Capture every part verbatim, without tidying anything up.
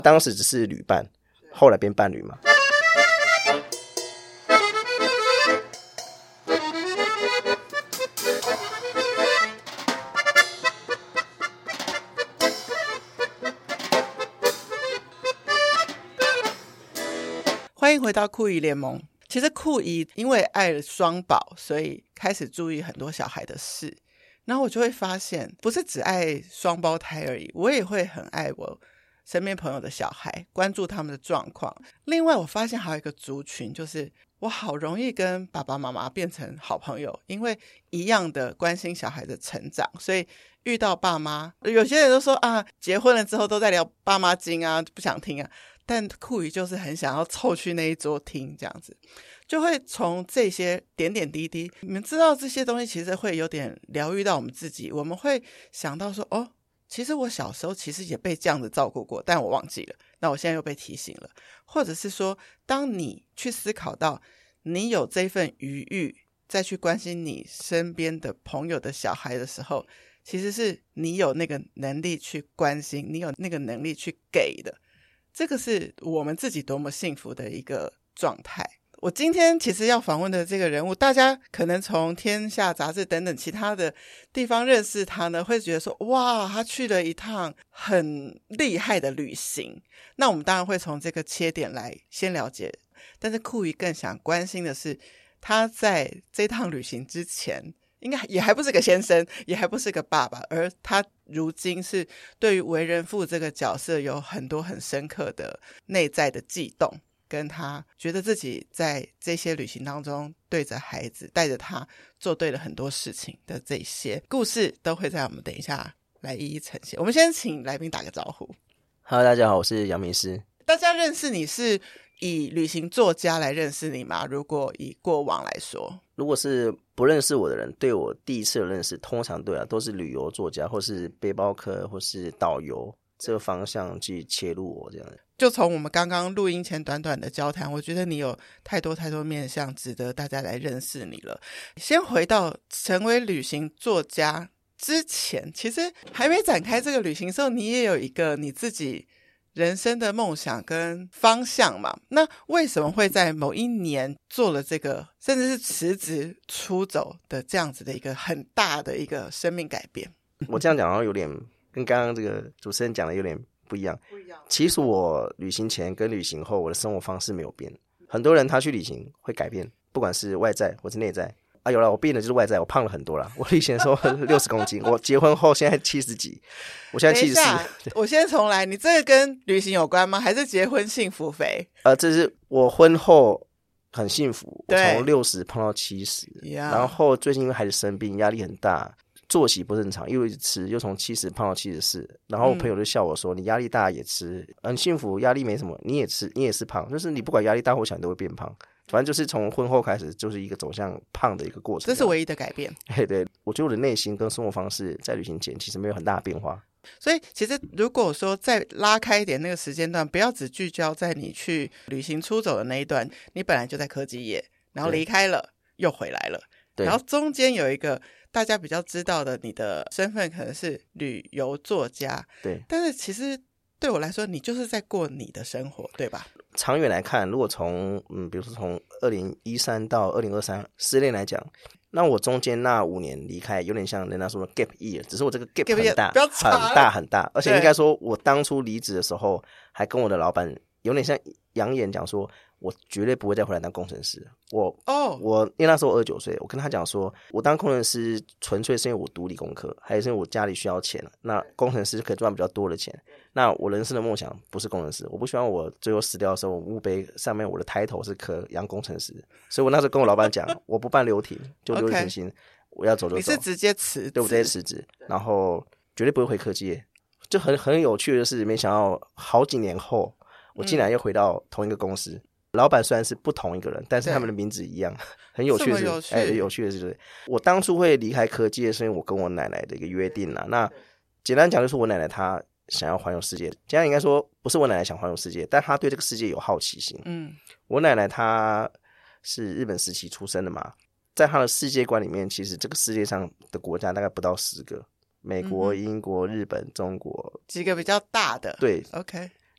当时只是旅伴，后来变伴侣嘛。 欢迎回到酷姨联盟。其实酷姨因为爱了双宝，所以开始注意很多小孩的事，然后我就会发现不是只爱双胞胎而已，我也会很爱我身边朋友的小孩，关注他们的状况。另外我发现还有一个族群，就是我好容易跟爸爸妈妈变成好朋友，因为一样的关心小孩的成长，所以遇到爸妈，有些人都说啊，结婚了之后都在聊爸妈经啊，不想听啊，但酷姨就是很想要凑去那一桌听，这样子就会从这些点点滴滴，你们知道这些东西其实会有点疗愈到我们自己，我们会想到说哦，其实我小时候其实也被这样子照顾过，但我忘记了，那我现在又被提醒了。或者是说当你去思考到你有这份余裕再去关心你身边的朋友的小孩的时候，其实是你有那个能力去关心，你有那个能力去给的，这个是我们自己多么幸福的一个状态。我今天其实要访问的这个人物，大家可能从天下杂志等等其他的地方认识他呢，会觉得说哇，他去了一趟很厉害的旅行。那我们当然会从这个切点来先了解，但是酷姨更想关心的是他在这趟旅行之前应该也还不是个先生，也还不是个爸爸，而他如今是对于为人父这个角色有很多很深刻的内在的悸动，跟他觉得自己在这些旅行当中对着孩子带着他做对了很多事情的这些故事，都会在我们等一下来一一呈现。我们先请来宾打个招呼。 Hello， 大家好，我是杨明师。 大家认识你是以旅行作家来认识你吗？如果以过往来说， 如果是不认识我的人，对我第一次的认识，通常对啊都是旅游作家或是背包客或是导游这个方向去切入我这样的。 就从我们刚刚录音前短短的交谈，我觉得你有太多太多面向值得大家来认识你了。先回到成为旅行作家之前，其实还没展开这个旅行的时候，你也有一个你自己人生的梦想跟方向嘛。那为什么会在某一年做了这个甚至是辞职出走的这样子的一个很大的一个生命改变？ 我这样讲好像有点跟刚刚这个主持人讲的有点不一样。 不一样。 其实我旅行前跟旅行后我的生活方式没有变。很多人他去旅行会改变，不管是外在或是内在啊。有了，我变的就是外在，我胖了很多啦。我旅行的时候六十公斤，我结婚后现在七十几，我现在七十四。 我先重来，你这个跟旅行有关吗？还是结婚幸福肥？ 呃，这是我婚后很幸福，我从六十胖到七十，然后最近因为孩子生病，压力很大，作息不正常，又一直吃，又从七十胖到七十四。然后我朋友就笑我说：“嗯、你压力大也吃，很幸福，压力没什么，你也吃，你也是胖，就是你不管压力大或小，你都会变胖。”反正就是从婚后开始，就是一个走向胖的一个过程。 这是唯一的改变。 对对，我觉得我的内心跟生活方式在旅行前其实没有很大的变化。 所以其实如果说再拉开一点那个时间段，不要只聚焦在你去旅行出走的那一段，你本来就在科技业，然后离开了又回来了，然后中间有一个大家比较知道的你的身份可能是旅游作家， 对， 但是其实对我来说你就是在过你的生活，对吧？ 长远来看，如果从嗯，比如说从二零一三到二零二三十年来讲，那我中间那五年离开有点像人家说的 gap year， 只是我这个 gap 很大很大很大，而且应该说我当初离职的时候还跟我的老板有点像扬言讲说我绝对不会再回来当工程师。我哦，我因为那时候我二十九岁，我跟他讲说我当工程师纯粹是因为我读理工科，还是因为我家里需要钱，那工程师可以赚比较多的钱。那我人生的梦想不是工程师，我不希望我最后死掉的时候，我墓碑上面我的抬头是刻洋工程师。所以我那时候跟我老板讲我不办留停，就留停薪， okay. 我要走就走。 你是直接辞职？ 对，我直接辞职，然后绝对不会回科技业。就很很有趣的是，没想到好几年后我竟然又回到同一个公司，嗯、老板虽然是不同一个人，但是他们的名字一样。很有趣的是，有趣哎，有趣的是，我当初会离开科技业是因为我跟我奶奶的一个约定啦。那简单讲就是我奶奶她想要环游世界，简单应该说不是我奶奶想环游世界，但她对这个世界有好奇心。嗯，我奶奶她是日本时期出生的嘛，在她的世界观里面，其实这个世界上的国家大概不到十个，美国、嗯、英国、日本、中国， 几个比较大的。 对 ，OK。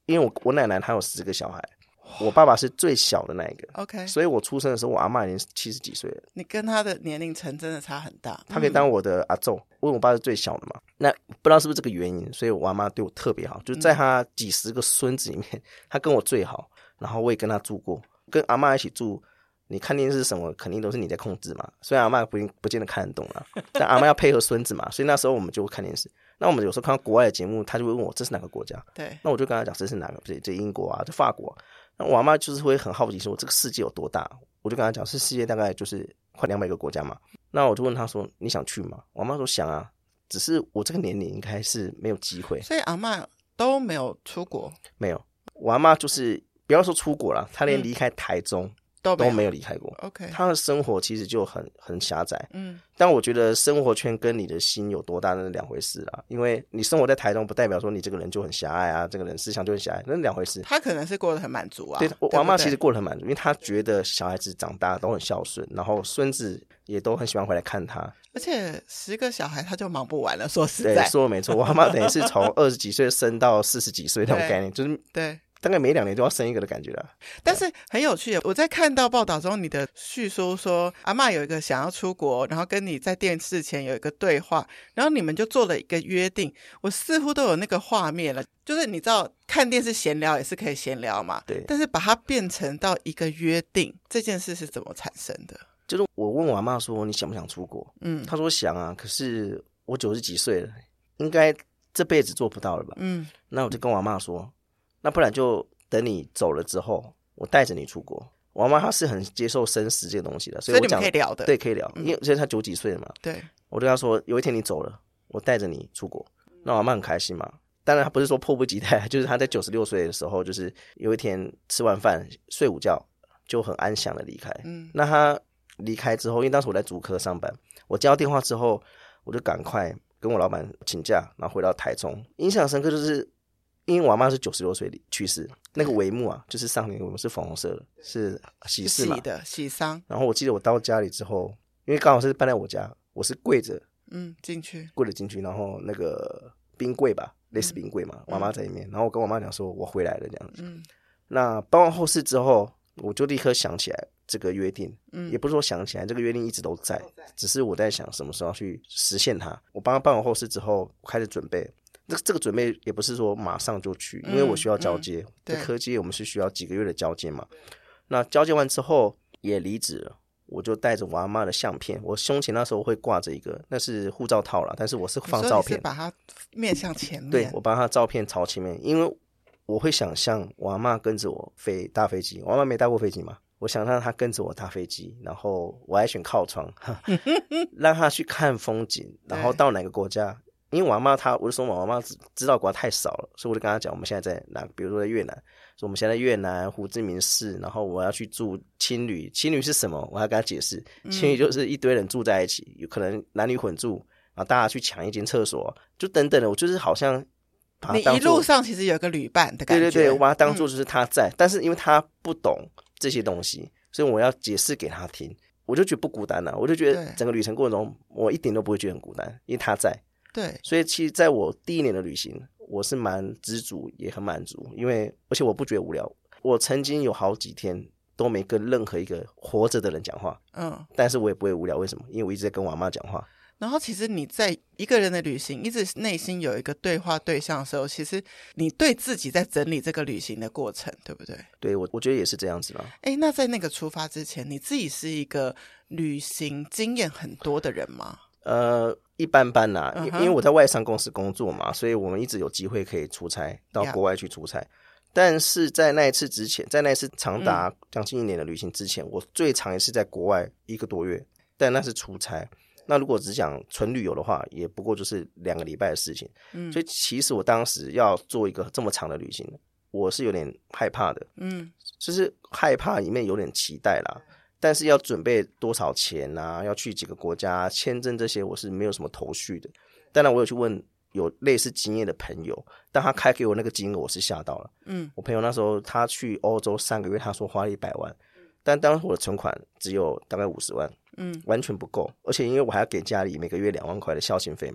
因为我我奶奶她有十个小孩，我爸爸是最小的那一个 OK， 所以我出生的时候我阿嬷已经七十几岁了。 你跟他的年龄层真的差很大， 他可以当我的阿祖，因为我爸是最小的嘛。那不知道是不是这个原因，所以我阿嬷对我特别好，就是在他几十个孙子里面，他跟我最好。然后我也跟他住过，跟阿嬷一起住，你看电视什么肯定都是你在控制嘛。虽然阿嬷不不见得看得懂啦，但阿嬷要配合孙子嘛，所以那时候我们就会看电视。那我们有时候看到国外的节目，他就会问我这是哪个国家， 对， 那我就跟他讲这是哪个，这这英国啊，这法国啊。那我阿嬷就是会很好奇说这个世界有多大，我就跟他讲是世界大概就是快两百个国家嘛。那我就问他说你想去吗？我阿嬷说想啊，只是我这个年龄应该是没有机会。 所以阿嬷都没有出国？ 没有，我阿嬷就是不要说出国了，她连离开台中、嗯都没有, 都没有离开过。 OK， 他的生活其实就很很狭窄。 嗯， 但我觉得生活圈跟你的心有多大那是两回事啦。因为你生活在台中不代表说你这个人就很狭隘啊，这个人思想就很狭隘，那是两回事。 他可能是过得很满足啊。 对，我阿嬷其实过得很满足，因为他觉得小孩子长大都很孝顺，然后孙子也都很喜欢回来看他。 而且十个小孩他就忙不完了，说实在。 对，说的没错，我阿嬷等于是从二十几岁生到四十几岁那种概念，就是对。 大概每两年都要生一个的感觉啦。 但是很有趣，我在看到报道中你的叙述说阿嬷有一个想要出国，然后跟你在电视前有一个对话，然后你们就做了一个约定，我似乎都有那个画面了。就是你知道看电视闲聊也是可以闲聊嘛， 对， 但是把它变成到一个约定，这件事是怎么产生的？ 就是我问我阿嬷说你想不想出国， 嗯， 她说想啊，可是我九十几岁了，应该这辈子做不到了吧。 嗯， 那我就跟我阿嬷说，那不然就等你走了之后我带着你出国。我阿嬷她是很接受生死这个东西的，所以我讲所以你们可以聊的。 对，可以聊， 嗯、 因为现在她九几岁了嘛。 对， 我就跟她说有一天你走了我带着你出国，那我阿嬷很开心嘛。当然她不是说迫不及待，就是她在九十六岁的时候，就是有一天吃完饭睡午觉就很安详的离开。嗯，那她离开之后，因为当时我在竹科上班，我接到电话之后我就赶快跟我老板请假，然后回到台中。印象深刻就是因为我阿嬷是九十六岁去世，那个帷幕啊，就是上面我们是粉红色的，是喜事嘛， 喜的喜丧。 然后我记得我到家里之后，因为刚好是搬在我家，我是跪着， 嗯，进去， 跪着进去，然后那个冰柜吧，类似冰柜嘛，嗯、我阿嬷在里面，然后我跟我妈讲说我回来了这样子。嗯，那办完后事之后，我就立刻想起来这个约定，嗯，也不是说想起来，这个约定一直都在，只是我在想什么时候要去实现它。我帮他办完后事之后，我开始准备。这这个准备也不是说马上就去，因为我需要交接，嗯嗯、在科技我们是需要几个月的交接嘛。那交接完之后也离职了，我就带着我阿嬷的相片，我胸前那时候会挂着一个，那是护照套啦，但是我是放照片， 你是把它面向前面， 对，我把它照片朝前面，因为我会想象我阿嬷跟着我飞大飞机，我阿嬷没搭过飞机嘛，我想让她跟着我搭飞机，然后我还选靠窗，让她去看风景，然后到哪个国家。因为我阿嬷她，我就说我阿嬷知道国家太少了，所以我就跟她讲，我们现在在哪，比如说在越南，说我们现在在越南胡志明市，然后我要去住青旅，青旅是什么？我要跟她解释，青旅就是一堆人住在一起，有可能男女混住，然后大家去抢一间厕所，就等等的，我就是好像把她当作， 你一路上其实有一个旅伴的感觉， 对对对，我把她当作就是她在，嗯、但是因为她不懂这些东西，所以我要解释给她听，我就觉得不孤单了、啊，我就觉得整个旅程过程中，我一点都不会觉得很孤单，因为她在。 对， 所以其实在我第一年的旅行，我是蛮知足也很满足，因为而且我不觉得无聊。我曾经有好几天都没跟任何一个活着的人讲话，嗯，但是我也不会无聊。为什么？因为我一直在跟我阿嬷讲话。 然后其实你在一个人的旅行，一直内心有一个对话对象的时候，其实你对自己在整理这个旅行的过程，对不对？ 对，我我觉得也是这样子啦。 哎，那在那个出发之前，你自己是一个旅行经验很多的人吗？ 呃，一般般啦、uh-huh. 因为我在外商公司工作嘛，所以我们一直有机会可以出差到国外去出差。Yeah. 但是在那一次之前，在那一次长达将近一年的旅行之前、嗯、我最长一次在国外一个多月，但那是出差。那如果只讲纯旅游的话，也不过就是两个礼拜的事情。嗯，所以其实我当时要做一个这么长的旅行，我是有点害怕的。嗯，就是害怕里面有点期待啦。但是要准备多少钱啊，要去几个国家，签证这些我是没有什么头绪的。当然我有去问有类似经验的朋友，但他开给我那个金额我是吓到了。嗯，我朋友那时候他去欧洲三个月，他说花了一百万，但当时我的存款只有大概五十万，嗯，完全不够。而且因为我还要给家里每个月两万块的孝心费嘛，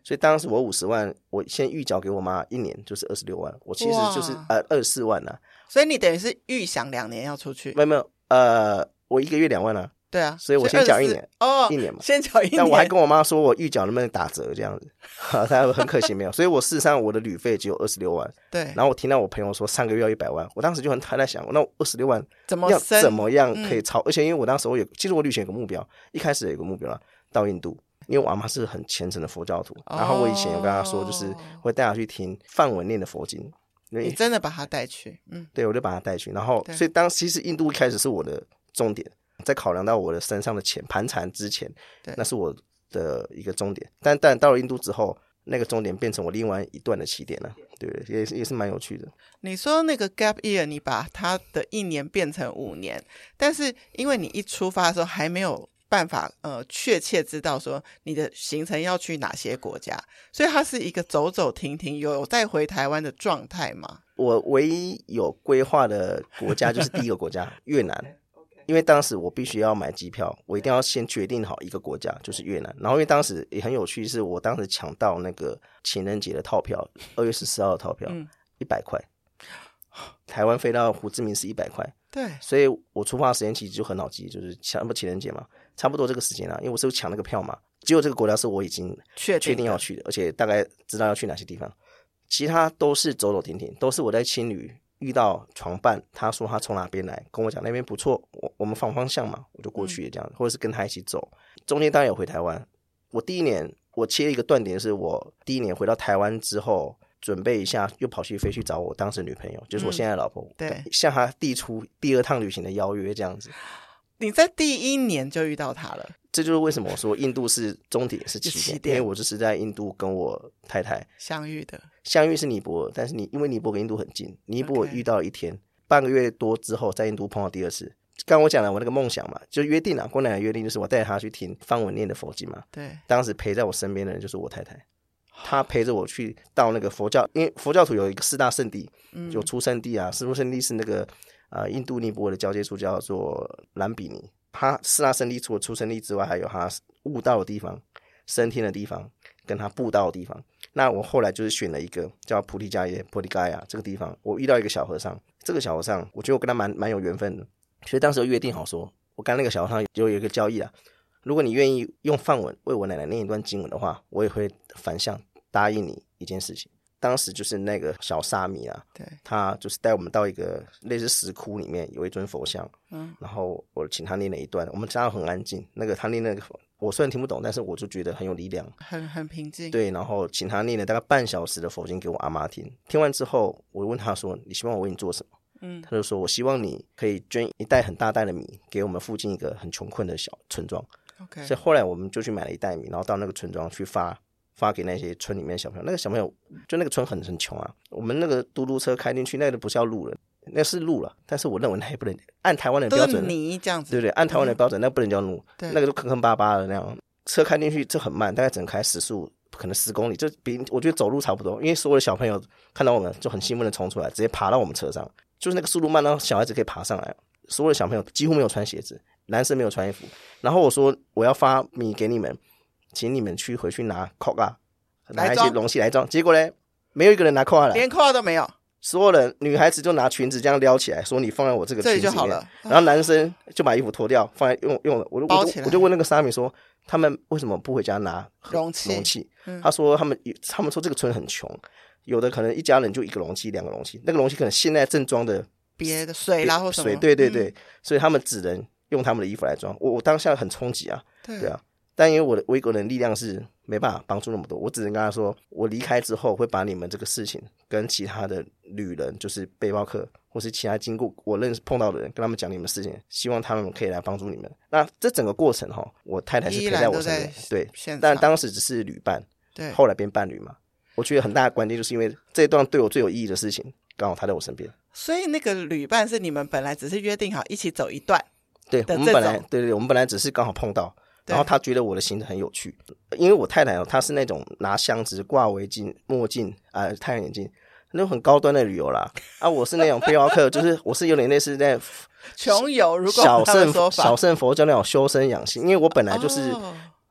所以当时我五十万，我先预缴给我妈一年就是二十六万，我其实就是呃二十四万啊。 所以你等于是预想两年要出去？ 没有没有，呃，我一个月两万啊。 对啊， 所以我先缴一年哦， 一年嘛， 先缴一年。 但我还跟我妈说我预缴能不能打折这样子，她很可惜没有。所以我事实上我的旅费只有二十六万。 对。 然后我听到我朋友说上个月要一百万，我当时就很还在想，那二十六万怎么要怎么样可以超？ 嗯、 而且因为我当时我有，其实我旅行有个目标，一开始有个目标啦，到印度。因为我阿妈是很虔诚的佛教徒， 哦、 然后我以前有跟她说，就是会带她去听梵文念的佛经。 你真的把她带去？嗯， 对，我就把她带去。然后，所以当其实印度一开始是我的重点。在考量到我的身上的钱盘缠之前，那是我的一个终点。但但到了印度之后，那个终点变成我另外一段的起点了。对，也是也是蛮有趣的。 你说那个 gap year， 你把它的一年变成五年，但是因为你一出发的时候还没有办法呃确切知道说你的行程要去哪些国家，所以它是一个走走停停，有再回台湾的状态吗？ 我唯一有规划的国家就是第一个国家越南。因为当时我必须要买机票，我一定要先决定好一个国家，就是越南。然后因为当时也很有趣，是我当时抢到那个情人节的套票，二月十四号的套票，一百块，台湾飞到胡志明市一百块。 对， 所以我出发的时间其实就很好记，就是抢不情人节嘛，差不多这个时间啦。因为我是抢那个票嘛，只有这个国家是我已经确定要去的，而且大概知道要去哪些地方，其他都是走走停停，都是我在青旅遇到床伴，他说他从哪边来，跟我讲那边不错，我我们放方向嘛，我就过去这样、嗯、或者是跟他一起走。中间当然有回台湾，我第一年我切一个断点，是我第一年回到台湾之后，准备一下又跑去飞去找我当时女朋友，就是我现在的老婆、嗯、 对， 向她递出第二趟旅行的邀约这样子。 你在第一年就遇到他了， 这就是为什么我说印度是终点是起点，因为我就是在印度跟我太太相遇的。 相遇是尼泊尔，但是你因为尼泊尔跟印度很近，尼泊尔遇到了一天、okay. 半个月多之后在印度碰到第二次。刚刚我讲了我那个梦想嘛，就约定了，跟我奶奶约定就是我带她去听梵文念的佛经嘛。 对，当时陪在我身边的人就是我太太，她陪着我去到那个佛教，因为佛教徒有一个四大圣地，嗯、有出生地啊，四出生地是那个呃印度尼泊尔的交界处叫做兰比尼。他四大圣地除了出生地之外，还有他悟道的地方、升天的地方跟他布道的地方。那我后来就是选了一个叫菩提迦耶菩提伽亚这个地方，我遇到一个小和尚，这个小和尚我觉得我跟他蛮蛮有缘分的，所以当时就约定好说，我跟那个小和尚就有一个交易啦，如果你愿意用梵文为我奶奶念一段经文的话，我也会反向答应你一件事情。当时就是那个小沙弥啊， 对， 他就是带我们到一个类似石窟里面，有一尊佛像，嗯，然后我请他念了一段，我们家很安静，那个他念那个我虽然听不懂，但是我就觉得很有力量， 很很平静。 对，然后请他念了大概半小时的佛经给我阿妈听，听完之后我问他说，你希望我为你做什么？嗯，他就说我希望你可以捐一袋很大袋的米给我们附近一个很穷困的小村庄。 OK， 所以后来我们就去买了一袋米，然后到那个村庄去发发给那些村里面的小朋友。那个小朋友就那个村很很穷啊，我们那个嘟嘟车开进去，那个不是要路了，那是路了，但是我认为那也不能按台湾的标准， 泥这样子， 对不对？按台湾的标准，嗯、那不能叫路，那个就坑坑巴巴的那样。车开进去这很慢，大概只能开时速可能十公里，就比我觉得走路差不多。因为所有的小朋友看到我们就很兴奋的冲出来，直接爬到我们车上，就是那个速度慢到小孩子可以爬上来。所有的小朋友几乎没有穿鞋子，男生没有穿衣服。然后我说我要发米给你们，请你们去回去拿扣啊，拿一些容器来装。结果呢，没有一个人拿扣来， 连扣都没有。 所有的女孩子就拿裙子这样撩起来，说你放在我这个裙子里面， 这里就好了。 然后男生就把衣服脱掉，放在用用了。我就包起来。 我就问那个沙弥说，他们为什么不回家拿容器？ 容器？嗯、他说他们他们说这个村很穷，有的可能一家人就一个容器、两个容器，那个容器可能现在正装的别的水啦或什么水，对对对、嗯，所以他们只能用他们的衣服来装。我我当下很冲击啊， 对， 对啊。但因为我的我一个人力量是没办法帮助那么多，我只能跟他说，我离开之后会把你们这个事情跟其他的旅人，就是背包客或是其他经过我认识碰到的人，跟他们讲你们的事情，希望他们可以来帮助你们。那这整个过程齁，我太太是陪在我身边，对，但当时只是旅伴， 对， 后来变伴侣嘛。我觉得很大的关键就是因为这一段对我最有意义的事情，刚好他在我身边。 所以那个旅伴是你们本来只是约定好一起走一段， 对，我们本来对对，我们本来只是刚好碰到。然后他觉得我的行程很有趣，因为我太太她是那种拿箱子、挂围巾、墨镜啊、呃、太阳眼镜，那种很高端的旅游啦。啊，我是那种背包客，就是我是有点类似在穷游，如果小乘小乘佛教那种修身养性，因为我本来就是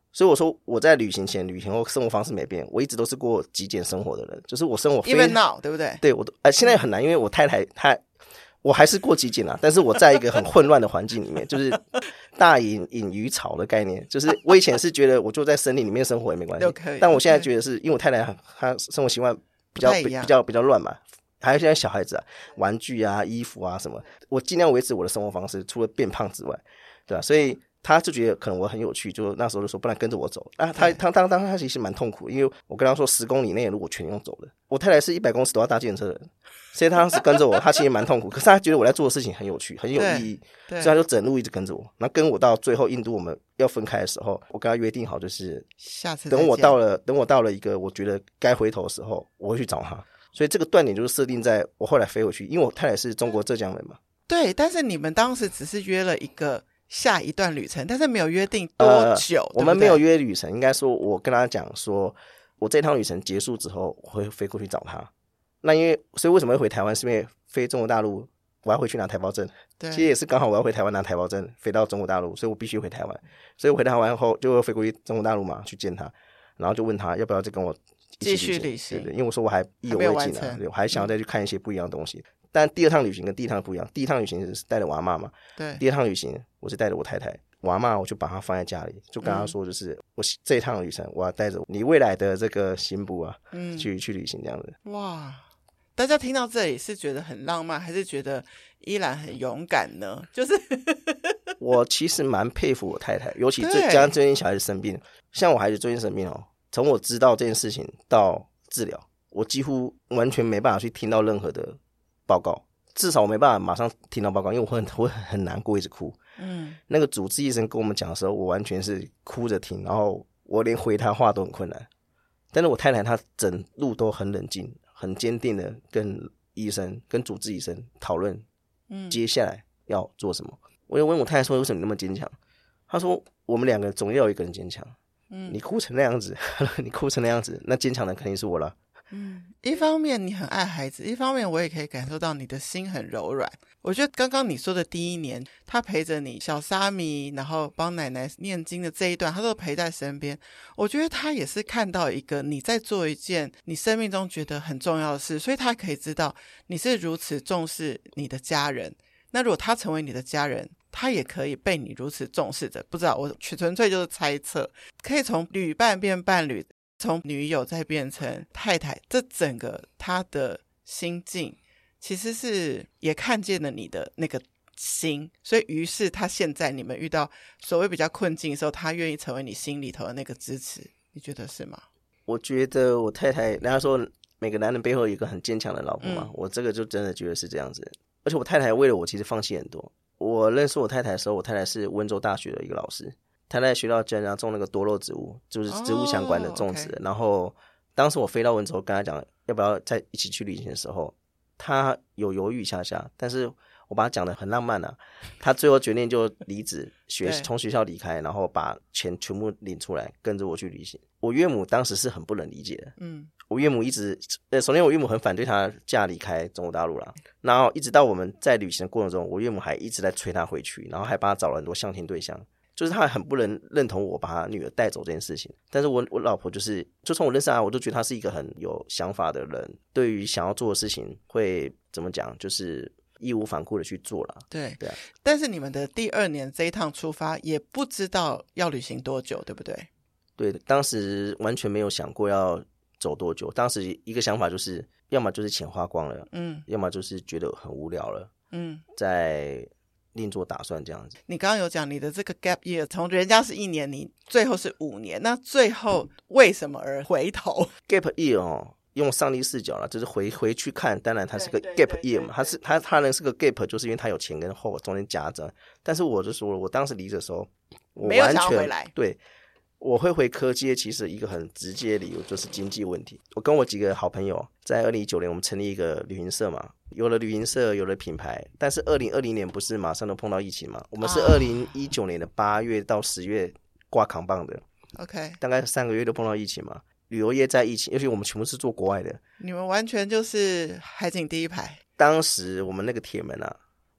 所以我说我在旅行前、旅行后生活方式没变，我一直都是过极简生活的人，就是我生活非 even now 对不对？ 对，我都呃现在很难，因为我太太她我还是过极简啊，但是我在一个很混乱的环境里面，就是大隐隐于草的概念，就是我以前是觉得我就在森林里面生活也没关系，但我现在觉得是因为我太太她生活习惯比较比较比较乱嘛。还有现在小孩子啊，玩具啊、衣服啊什么，我尽量维持我的生活方式，除了变胖之外，对吧、啊？所以他就觉得可能我很有趣，就那时候就说不然跟着我走啊。他他当当他其实蛮痛苦，因为我跟他说十公里内如果全用走的，我太太是一百公尺都要搭计程车的人，所以他当时跟着我，他其实蛮痛苦。可是他觉得我在做的事情很有趣，很有意义，所以他就整路一直跟着我。然后跟我到最后印度我们要分开的时候，我跟他约定好，就是下次等我到了等我到了一个我觉得该回头的时候，我会去找他。所以这个断点就是设定在我后来飞回去，因为我太太是中国浙江人嘛。 对，但是你们当时只是约了一个下一段旅程，但是没有约定多久、呃、 我们没有约旅程，应该说我跟他讲说我这趟旅程结束之后我会飞过去找他。那因为所以为什么会回台湾，是因为飞中国大陆我要回去拿台胞证， 对， 其实也是刚好我要回台湾拿台胞证，飞到中国大陆，所以我必须回台湾。所以我回台湾后就飞过去中国大陆嘛，去见他，然后就问他要不要再跟我继续旅行， 对对，因为我说我还意犹未尽啊，我还想要再去看一些不一样的东西。嗯、但第二趟旅行跟第一趟不一样，第一趟旅行是带着我阿嬷嘛， 对， 第二趟旅行我是带着我太太，我阿嬷我就把她放在家里，就跟她说，就是、嗯、我这一趟旅程我要带着你未来的这个新妇啊，嗯，去去旅行这样子。 哇，大家听到这里是觉得很浪漫，还是觉得依然很勇敢呢？就是我其实蛮佩服我太太，尤其最加上最近小孩子生病，像我孩子最近生病哦。从我知道这件事情到治疗，我几乎完全没办法去听到任何的报告，至少我没办法马上听到报告，因为我很我很难过，一直哭。嗯，那个主治医生跟我们讲的时候，我完全是哭着听，然后我连回他话都很困难。但是我太太她整路都很冷静、很坚定的跟医生、跟主治医生讨论，嗯，接下来要做什么。我就问我太太说：“为什么你那么坚强？”她说：“我们两个总要有一个人坚强。”嗯，你哭成那样子，你哭成那样子，那坚强的肯定是我了。 嗯，一方面你很爱孩子，一方面我也可以感受到你的心很柔软。我觉得刚刚你说的第一年，他陪着你小沙弥，然后帮奶奶念经的这一段，他都陪在身边。我觉得他也是看到一个你在做一件你生命中觉得很重要的事，所以他可以知道你是如此重视你的家人。那如果他成为你的家人，他也可以被你如此重视着，不知道，我纯粹就是猜测，可以从旅伴变伴侣，从女友再变成太太，这整个他的心境其实是也看见了你的那个心，所以于是他现在你们遇到所谓比较困境的时候，他愿意成为你心里头的那个支持，你觉得是吗？ 我觉得我太太，人家说每个男人背后有一个很坚强的老婆嘛、嗯、我这个就真的觉得是这样子。而且我太太为了我其实放弃很多。我认识我太太的时候，我太太是温州大学的一个老师，她在学校教人家种那个多肉植物，就是植物相关的种植、oh, okay. 然后当时我飞到温州跟她讲要不要再一起去旅行的时候，她有犹豫一下下，但是我把她讲得很浪漫啊，她最后决定就离职，学从学校离开，然后把钱全部领出来跟着我去旅行。我岳母当时是很不能理解的，嗯，我岳母一直呃，首先我岳母很反对她嫁离开中国大陆啦，然后一直到我们在旅行的过程中，我岳母还一直在催她回去，然后还帮她找了很多相亲对象，就是她很不能认同我把她女儿带走这件事情。但是我我老婆就是就从我认识她，我就觉得她是一个很有想法的人，对于想要做的事情会怎么讲，就是义无反顾的去做啦。 对对啊， 但是你们的第二年这一趟出发也不知道要旅行多久，对不对？ 对，当时完全没有想过要走多久，当时一个想法就是要么就是钱花光了，嗯，要么就是觉得很无聊了，嗯，再另做打算这样子。 你刚刚有讲你的这个 gap year 从人家是一年，你最后是五年，那最后为什么而回头 gap year 哦，用上帝视角啦，就是回回去看，当然它是个 gap year 嘛，它是它它能是个 gap， 就是因为它有前跟后中间夹着。但是我就说了，我当时离的时候，我完全没有想要回来， 对。我会回科技其实一个很直接的理由就是经济问题。我跟我几个好朋友在二零一九年我们成立一个旅行社嘛，有了旅行社有了品牌，但是二零二零年不是马上都碰到疫情嘛，我们是二零一九年的八月到十月挂扛棒的 OK， 大概三个月都碰到疫情嘛。旅游业在疫情，尤其我们全部是做国外的， 你们完全就是海景第一排。 当时我们那个铁门啊，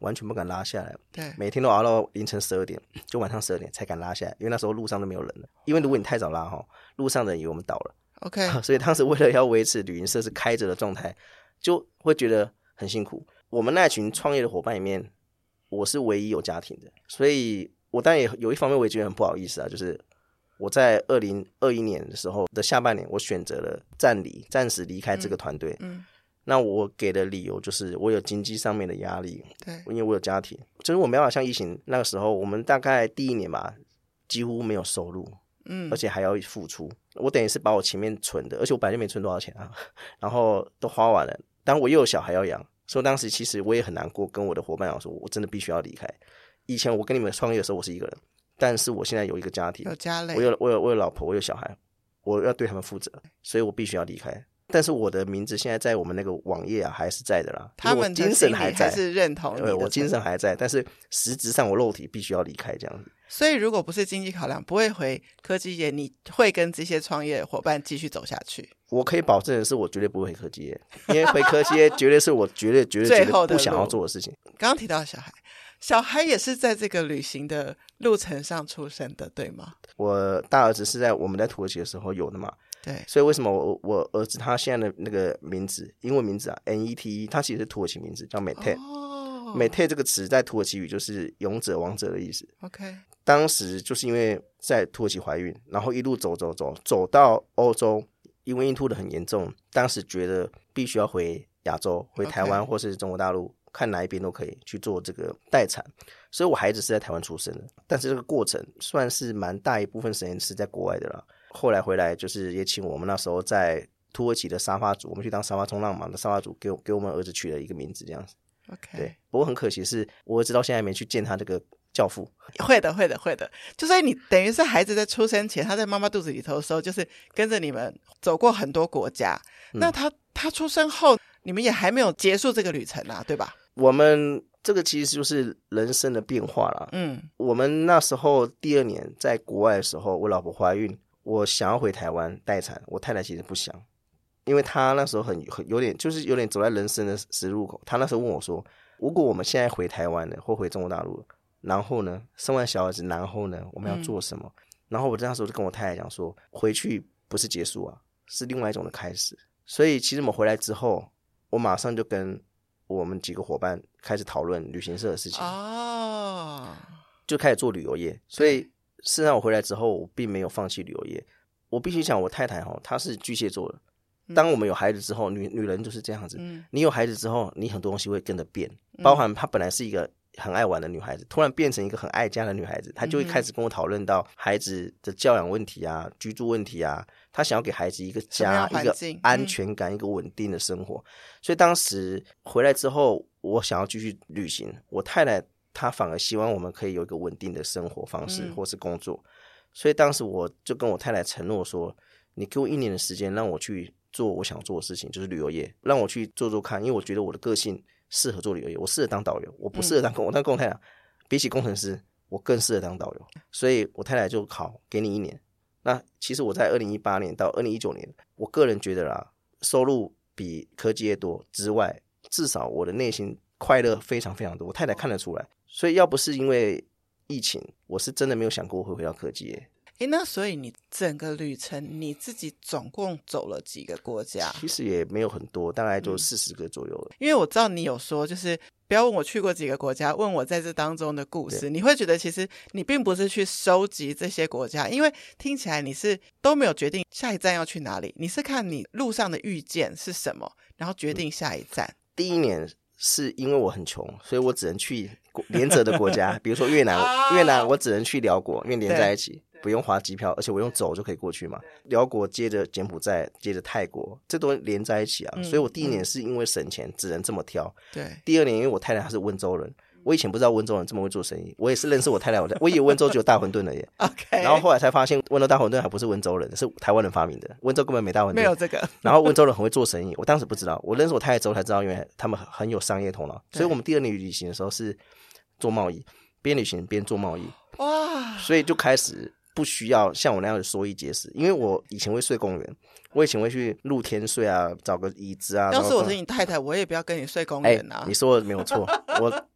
完全不敢拉下来， 对， 每天都熬到凌晨十二点，就晚上十二点才敢拉下来，因为那时候路上都没有人了。因为如果你太早拉哈，路上的人以为我们倒了。 OK， 所以当时为了要维持旅行社是开着的状态，就会觉得很辛苦。我们那群创业的伙伴里面，我是唯一有家庭的，所以我当然也有一方面我也觉得很不好意思啊，就是我在二零二一年的时候的下半年，我选择了暂离，暂时离开这个团队。 嗯，嗯那我给的理由就是我有经济上面的压力， 对， 因为我有家庭，就是我没办法像疫情那个时候，我们大概第一年吧，几乎没有收入，嗯，而且还要付出。我等于是把我前面存的，而且我本来就没存多少钱啊，然后都花完了。当我又有小孩要养，所以当时其实我也很难过，跟我的伙伴讲说，我真的必须要离开。以前我跟你们创业的时候，我是一个人，但是我现在有一个家庭， 有家累， 我有我有我有老婆，我有小孩，我要对他们负责，所以我必须要离开。但是我的名字现在在我们那个网页啊还是在的啦， 他们精神还在， 还是认同你的， 我精神还在，但是实质上我肉体必须要离开这样子。 所以如果不是经济考量，不会回科技业，你会跟这些创业伙伴继续走下去？ 我可以保证的是，我绝对不会回科技业，因为回科技业绝对是我绝对绝对绝对不想要做的事情。 刚刚提到小孩，小孩也是在这个旅行的路程上出生的，对吗？ 我大儿子是在我们在土耳其的时候有的嘛， 对， 所以为什么我我儿子他现在的那个名字，英文名字啊 N E T E， 他其实是土耳其名字，叫 Mete。哦，Mete 这个词在土耳其语就是勇者、王者的意思。 OK， 当时就是因为在土耳其怀孕，然后一路走走走走到欧洲，因为孕吐的很严重，当时觉得必须要回亚洲，回台湾或是中国大陆。Okay，看哪一边都可以去做这个待产，所以我孩子是在台湾出生的，但是这个过程算是蛮大一部分时间是在国外的啦。后来回来就是也请我们那时候在土耳其的沙发主，我们去当沙发冲浪嘛的沙发主，给我给我们儿子取了一个名字这样子。 OK， 对，不过很可惜是我儿子到现在没去见他这个教父。 会的会的会的，就所以你等于是孩子在出生前，他在妈妈肚子里头的时候，就是跟着你们走过很多国家。嗯、那他他出生后，你们也还没有结束这个旅程啊，对吧？ 我们这个其实就是人生的变化啦。嗯，我们那时候第二年在国外的时候，我老婆怀孕，我想要回台湾待产，我太太其实不想，因为她那时候很很有点就是有点走在人生的十字路口。她那时候问我说，如果我们现在回台湾了，或回中国大陆了，然后呢生完小孩子，然后呢我们要做什么？嗯、然后我那时候就跟我太太讲说，回去不是结束啊，是另外一种的开始。所以其实我们回来之后，我马上就跟我们几个伙伴开始讨论旅行社的事情，哦，就开始做旅游业。所以事实上我回来之后，我并没有放弃旅游业。我必须讲，我太太哈，她是巨蟹座的。当我们有孩子之后，女女人就是这样子。嗯、你有孩子之后，你很多东西会跟着变，包含她本来是一个很爱玩的女孩子，突然变成一个很爱家的女孩子，她就会开始跟我讨论到孩子的教养问题啊、居住问题啊。她想要给孩子一个家、一个安全感、嗯、一个稳定的生活。所以当时回来之后，我想要继续旅行，我太太她反而希望我们可以有一个稳定的生活方式或是工作。嗯、所以当时我就跟我太太承诺说，你给我一年的时间让我去做我想做的事情，就是旅游业，让我去做做看，因为我觉得我的个性适合做旅游业，我适合当导游，我不适合当工、嗯、我当工太太比起工程师我更适合当导游。所以我太太就好，给你一年。那其实我在二零一八年到二零一九年，我个人觉得啦，收入比科技业多之外，至少我的内心快乐非常非常多，我太太看得出来。所以要不是因为疫情，我是真的没有想过会回到科技业。 诶，那所以你整个旅程你自己总共走了几个国家？ 其实也没有很多，大概就四十个左右了、嗯、 因为我知道你有说，就是不要问我去过几个国家，问我在这当中的故事。你会觉得其实你并不是去收集这些国家，因为听起来你是都没有决定下一站要去哪里，你是看你路上的遇见是什么，然后决定下一站、嗯、 第一年是因为我很穷，所以我只能去连着的国家比如说越南、啊、越南我只能去辽国，因为连在一起不用花机票，而且我用走就可以过去嘛。辽国接着柬埔寨，接着泰国，这都连在一起啊、嗯、所以我第一年是因为省钱、嗯、只能这么挑。 对， 第二年因为我太太她是温州人，我以前不知道温州人这么会做生意，我也是认识我太太，我以为温州只有大馄饨而已 OK， 然后后来才发现温州大馄饨还不是温州人，是台湾人发明的，温州根本没大馄饨， 没有这个然后温州人很会做生意，我当时不知道，我认识我太太之后才知道，因为他们很有商业头脑。所以我们第二年旅行的时候是做贸易，边旅行边做贸易。哇，所以就开始不需要像我那样的缩衣节食，因为我以前会睡公园，我以前会去露天睡啊，找个椅子啊。 要是我是你太太，我也不要跟你睡公园啊。 欸、你说的没有错，我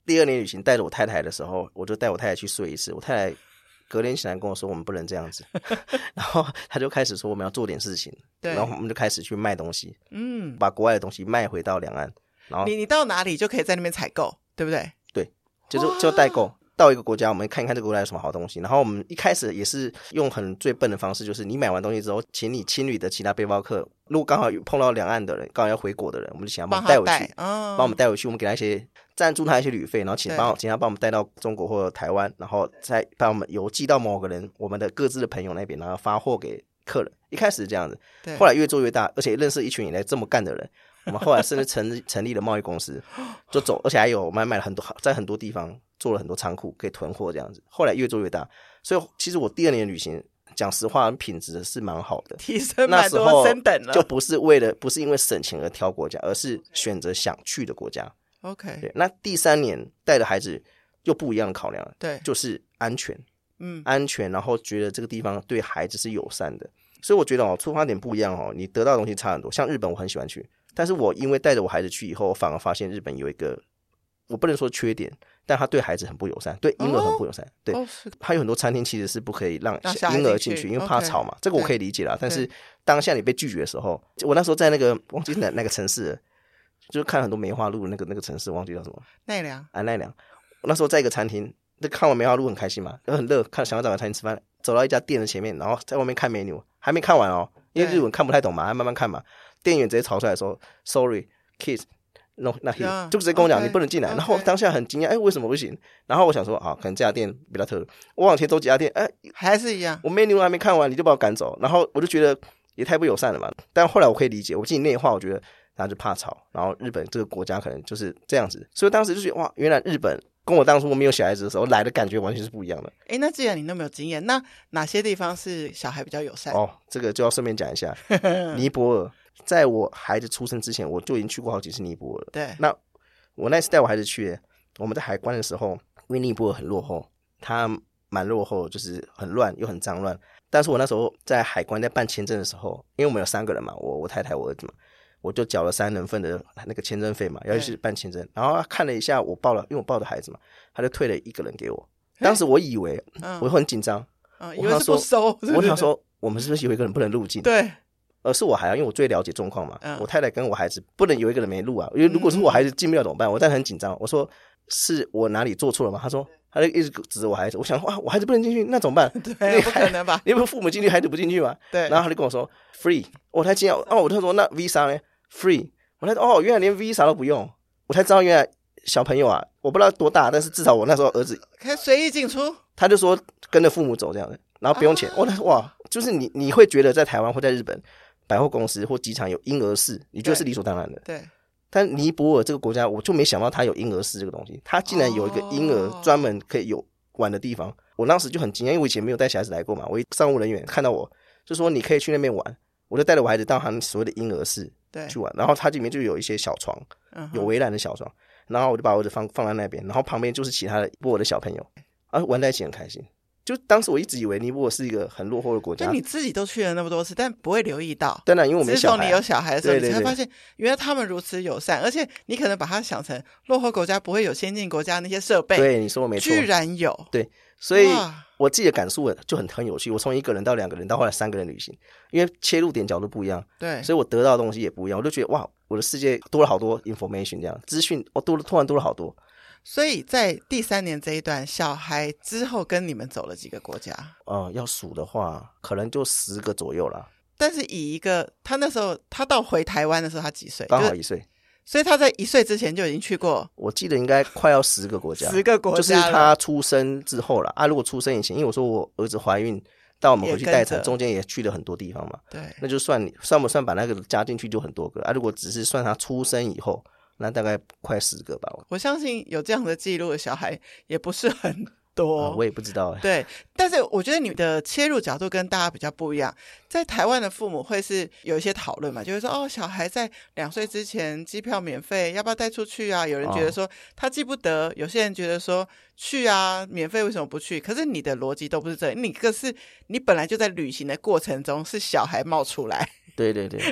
第二年旅行带着我太太的时候，我就带我太太去睡一次，我太太隔天醒来跟我说我们不能这样子然后他就开始说我们要做点事情，对，然后我们就开始去卖东西，嗯，把国外的东西卖回到两岸，然后你你到哪里就可以在那边采购，对不对？ 对，就是就代购到一个国家，我们看一看这个国家有什么好东西。然后我们一开始也是用很最笨的方式，就是你买完东西之后，请你青旅的其他背包客，如果刚好碰到两岸的人，刚好要回国的人，我们就请他帮我们带回去，帮我们带回去，我们给他一些赞助他一些旅费，然后请帮请他帮我们带到中国或者台湾，然后再帮我们邮寄到某个人我们的各自的朋友那边，然后发货给客人。一开始是这样子，后来越做越大，而且认识一群以来这么干的人。我们后来甚至成成立了贸易公司，就走，而且还有我们卖了很多，在很多地方做了很多仓库可以囤货这样子。后来越做越大，所以其实我第二年的旅行，讲实话，品质是蛮好的， 提升蛮多升等了。 就不是为了不是因为省钱而挑国家，而是选择想去的国家。 OK， 对，那第三年带着孩子又不一样的考量了， 对， 就是安全， 嗯， 安全，然后觉得这个地方对孩子是友善的，所以我觉得哦，出发点不一样哦，你得到的东西差很多。像日本，我很喜欢去。但是我因为带着我孩子去以后，我反而发现日本有一个，我不能说缺点，但他对孩子很不友善，对婴儿很不友善。哦、对，哦、他有很多餐厅其实是不可以让婴儿进去，因为怕吵嘛。Okay, 这个我可以理解啦。但是当下你被拒绝的时候，我那时候在那个忘记哪那个城市了，就是看很多梅花鹿那个那个城市，忘记叫什么， 奈良啊奈良。我那时候在一个餐厅，就看完梅花鹿很开心嘛，很热，看想要找个餐厅吃饭，走到一家店的前面，然后在外面看 menu， 还没看完哦，因为日文看不太懂嘛，还慢慢看嘛。店员直接吵出来说 Sorry kids no not here、yeah, 就直接跟我讲、okay, 你不能进来、okay. 然后当下很惊讶，哎，为什么不行？然后我想说啊，可能这家店比较特殊，我往前走几家店，哎， 还是一样， 我 menu 还没看完你就把我赶走，然后我就觉得也太不友善了嘛。但后来我可以理解，我自己内化，我觉得他就怕吵，然后日本这个国家可能就是这样子，所以当时就觉得哇，原来日本跟我当初我没有小孩子的时候来的感觉完全是不一样的。 诶，那既然你那么有经验，那哪些地方是小孩比较友善？ 哦，这个就要顺便讲一下尼泊尔。在我孩子出生之前，我就已经去过好几次尼泊尔了。 对， 那我那次带我孩子去，我们在海关的时候，因为尼泊尔很落后，它蛮落后，就是很乱又很脏乱。但是我那时候在海关在办签证的时候，因为我们有三个人嘛，我我太太我儿子嘛，我就缴了三人份的那个签证费嘛，要去办签证。然后他看了一下我抱了，因为我抱着孩子嘛，他就退了一个人给我。当时我以为、嗯、我很紧张、 嗯，以为是不收， 我想说我们是不是有一个人不能入境？ 对。 而是我还要，因为我最了解状况嘛、嗯，我太太跟我孩子不能有一个人没录啊，因为如果是我孩子进不了怎么办？我当时很紧张，我说是我哪里做错了吗？他说他就一直指着我孩子，我想哇，我孩子不能进去，那怎么办？ 对，不可能吧？ 你们父母进去，孩子不进去嘛？ 对。 然后他就跟我说 free， 我才惊讶哦，我就说那 visa 呢 free， 我才哦，原来连 visa 都不用，我才知道原来小朋友啊，我不知道多大，但是至少我那时候儿子可以随意进出， 他就说跟着父母走这样的，然后不用钱。我、啊、哇，就是你你会觉得在台湾或在日本。百货公司或机场有婴儿室，你觉得是理所当然的。 对。 但尼泊尔这个国家，我就没想到它有婴儿室这个东西，它竟然有一个婴儿专门可以有玩的地方。哦、我当时就很惊讶，因为我以前没有带小孩子来过嘛。我一商务人员看到我就说你可以去那边玩，我就带着我孩子到他们所谓的婴儿室去玩。然后它里面就有一些小床，有围栏的小床，然后我就把我的放放在那边，然后旁边就是其他的尼泊尔的小朋友，啊，玩在一起很开心。就当时我一直以为尼泊尔是一个很落后的国家， 就你自己都去了那么多次，但不会留意到。 当然，因为我没小孩、啊， 自从你有小孩的时候， 对对对， 你才发现原来他们如此友善，而且你可能把它想成落后国家不会有先进国家那些设备。 对，你说我没错， 居然有。 对，所以我自己的感触就很很有趣。我从一个人到两个人，到后来三个人旅行，因为切入点角度不一样， 对， 所以我得到的东西也不一样。我就觉得哇，我的世界多了好多 information， 这样资讯我多了，突然多了好多。 所以在第三年这一段，小孩之后跟你们走了几个国家？ 呃，要数的话，可能就十个左右啦。 但是以一个他那时候他到回台湾的时候，他几岁？ 刚好一岁。 所以他在一岁之前就已经去过， 我记得应该快要十个国家， 十个国家， 就是他出生之后啦。啊，如果出生以前，因为我说我儿子怀孕到我们回去待产，中间也去了很多地方嘛。 对， 那就算算不算把那个加进去就很多个啊。如果只是算他出生以后。那大概快十个吧。 我相信有这样的记录的小孩也不是很多、 呃、我也不知道。 对，但是我觉得你的切入角度跟大家比较不一样。在台湾的父母会是有一些讨论嘛，就会说哦，小孩在两岁之前机票免费，要不要带出去啊？有人觉得说他记不得、哦、有些人觉得说去啊，免费为什么不去？可是你的逻辑都不是这样，你可是你本来就在旅行的过程中是小孩冒出来。 对对对，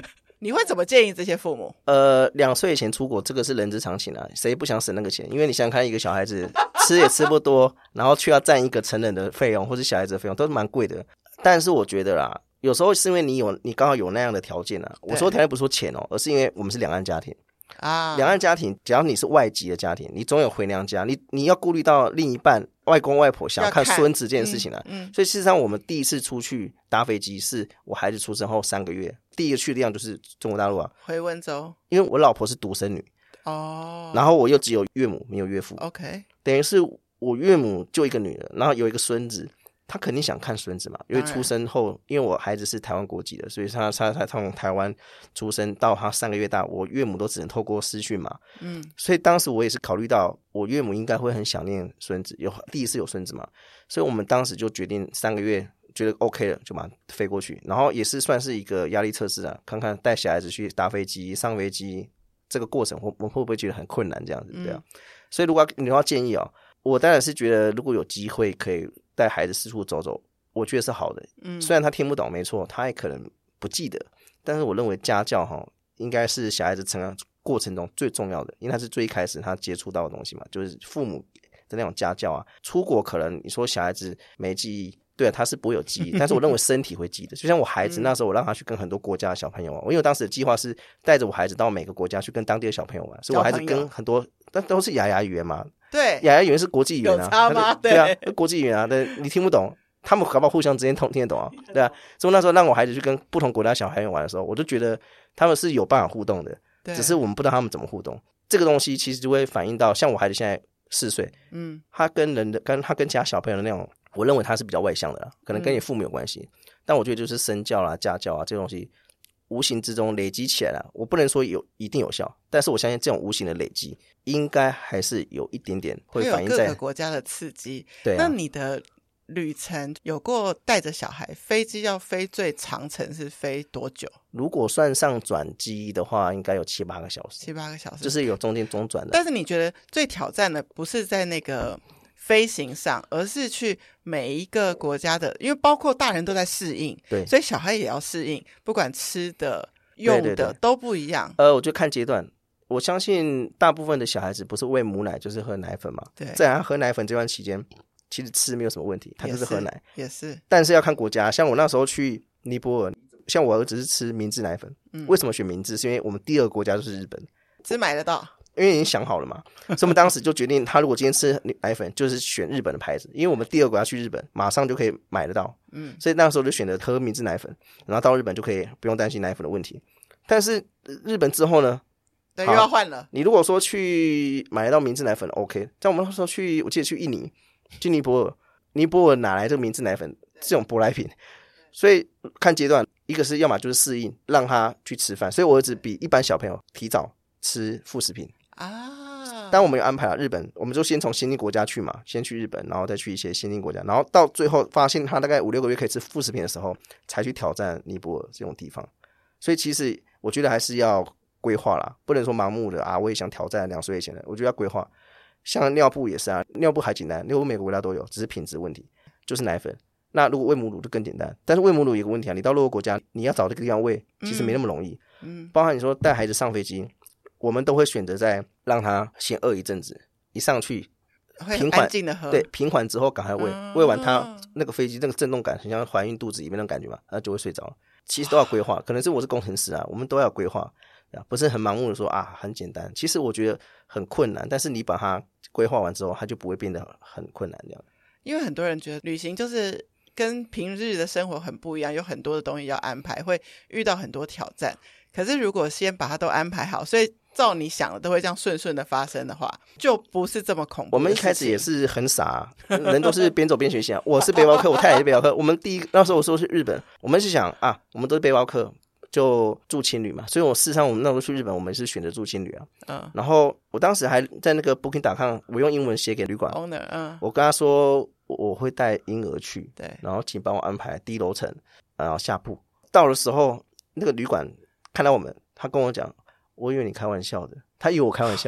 你会怎么建议这些父母？ 呃，两岁以前出国，这个是人之常情啊，谁不想省那个钱？因为你想想看，一个小孩子吃也吃不多，然后却要占一个成人的费用或是小孩子的费用，都是蛮贵的。但是我觉得啦，有时候是因为你有你刚好有那样的条件啊。我说条件不是说钱哦，而是因为我们是两岸家庭啊。两岸家庭，只要你是外籍的家庭，你总有回娘家，你你要顾虑到另一半、外公外婆想要看孙子这件事情啊。嗯嗯、所以事实上，我们第一次出去搭飞机是我孩子出生后三个月。第一个去的地方就是中国大陆啊， 回温州， 因为我老婆是独生女哦，然后我又只有岳母没有岳父 ，OK， 等于是我岳母就一个女儿，然后有一个孙子，他肯定想看孙子嘛，因为出生后，因为我孩子是台湾国籍的，所以他他他从台湾出生到他三个月大，我岳母都只能透过视讯嘛，嗯，所以当时我也是考虑到我岳母应该会很想念孙子，有第一次有孙子嘛，所以我们当时就决定三个月。觉得 OK 了，就把它飞过去，然后也是算是一个压力测试啊，看看带小孩子去搭飞机、上飞机这个过程，我们会不会觉得很困难这样子？对啊，嗯、所以如果你要建议哦，我当然是觉得如果有机会可以带孩子四处走走，我觉得是好的。嗯，虽然他听不懂，没错，他也可能不记得，但是我认为家教哈、哦，应该是小孩子成长过程中最重要的，因为他是最一开始他接触到的东西嘛，就是父母的那种家教啊。出国可能你说小孩子没记忆。对啊，他是不会有记忆，但是我认为身体会记得。就像我孩子那时候，我让他去跟很多国家的小朋友玩，因为我当时的计划是带着我孩子到每个国家去跟当地的小朋友玩，所以我孩子跟很多，但都是雅雅语言嘛。 对， 雅雅语言是国际语言啊， 有差吗？ 对啊，国际语言啊，但你听不懂，他们搞不好互相之间听得懂啊，对啊。所以那时候让我孩子去跟不同国家小朋友玩的时候，我就觉得他们是有办法互动的，只是我们不知道他们怎么互动。这个东西其实就会反映到，像我孩子现在四岁，嗯，他跟人的跟他跟其他小朋友的那种。我认为他是比较外向的啦，可能跟你父母有关系、嗯、但我觉得就是身教啦、家教啊这些东西无形之中累积起来啦，我不能说有一定有效，但是我相信这种无形的累积应该还是有一点点会反映在各个国家的刺激。对、啊，那你的旅程有过带着小孩飞机要飞最长程是飞多久？ 如果算上转机的话应该有七八个小时。 七八个小时就是有中间中转的。 但是你觉得最挑战的不是在那个飞行上，而是去每一个国家的，因为包括大人都在适应，对，所以小孩也要适应，不管吃的用的对对对都不一样。 呃，我就看阶段，我相信大部分的小孩子不是喂母奶就是喝奶粉嘛，对，在他喝奶粉这段期间其实吃没有什么问题，他就是喝奶， 也是，也是但是要看国家，像我那时候去尼泊尔，像我儿子是吃明治奶粉、嗯、为什么选明治？是因为我们第二个国家就是日本， 只买得到， 因为已经想好了嘛，所以我们当时就决定，他如果今天吃奶粉，就是选日本的牌子，因为我们第二个要去日本，马上就可以买得到，嗯，所以那时候就选择喝明治奶粉，然后到日本就可以不用担心奶粉的问题。但是日本之后呢， 对，又要换了。 你如果说去买得到明治奶粉 ，OK， 在我们那时候去，我记得去印尼，去尼泊尔，尼泊尔哪来这个明治奶粉这种舶来品？所以看阶段，一个是要么就是适应，让他去吃饭，所以我儿子比一般小朋友提早吃副食品。啊，当我们有安排了日本，我们就先从先进国家去嘛，先去日本，然后再去一些先进国家，然后到最后发现他大概五六个月可以吃副食品的时候，才去挑战尼泊尔这种地方。所以其实我觉得还是要规划啦，不能说盲目的啊，我也想挑战两岁以前的，我觉得要规划。像尿布也是啊，尿布还简单，尿布每个国家都有，只是品质问题，就是奶粉。那如果喂母乳就更简单，但是喂母乳有个问题啊，你到各个国家，你要找这个地方喂，其实没那么容易。嗯，包含你说带孩子上飞机。我们都会选择在让他先饿一阵子，一上去平缓，对，平缓之后赶快喂，嗯、喂完他那个飞机那个震动感，很像怀孕肚子里面那种感觉嘛，他就会睡着。其实都要规划，可能是我是工程师啊，我们都要规划，不是很盲目的说啊很简单。其实我觉得很困难，但是你把它规划完之后，它就不会变得很困难这样。 因为很多人觉得旅行就是跟平日的生活很不一样，有很多的东西要安排，会遇到很多挑战。可是如果先把它都安排好，所以照你想的都会这样顺顺的发生的话，就不是这么恐怖的事情。 我们一开始也是很傻、啊、人都是边走边学习啊。我是背包客，我太太也是背包客。我们第一那时候我说是日本，我们是想啊，我们都是背包客，就住青旅嘛。所以我事实上我们那时候去日本，我们是选择住青旅啊。嗯。然后我当时还在那个 Booking 点 com， 我用英文写给旅馆 owner， 嗯，我跟他说我会带婴儿去，对，然后请帮我安排低楼层，然后下铺。到的时候，那个旅馆看到我们，他跟我讲。我以为你开玩笑的，他以为我开玩笑，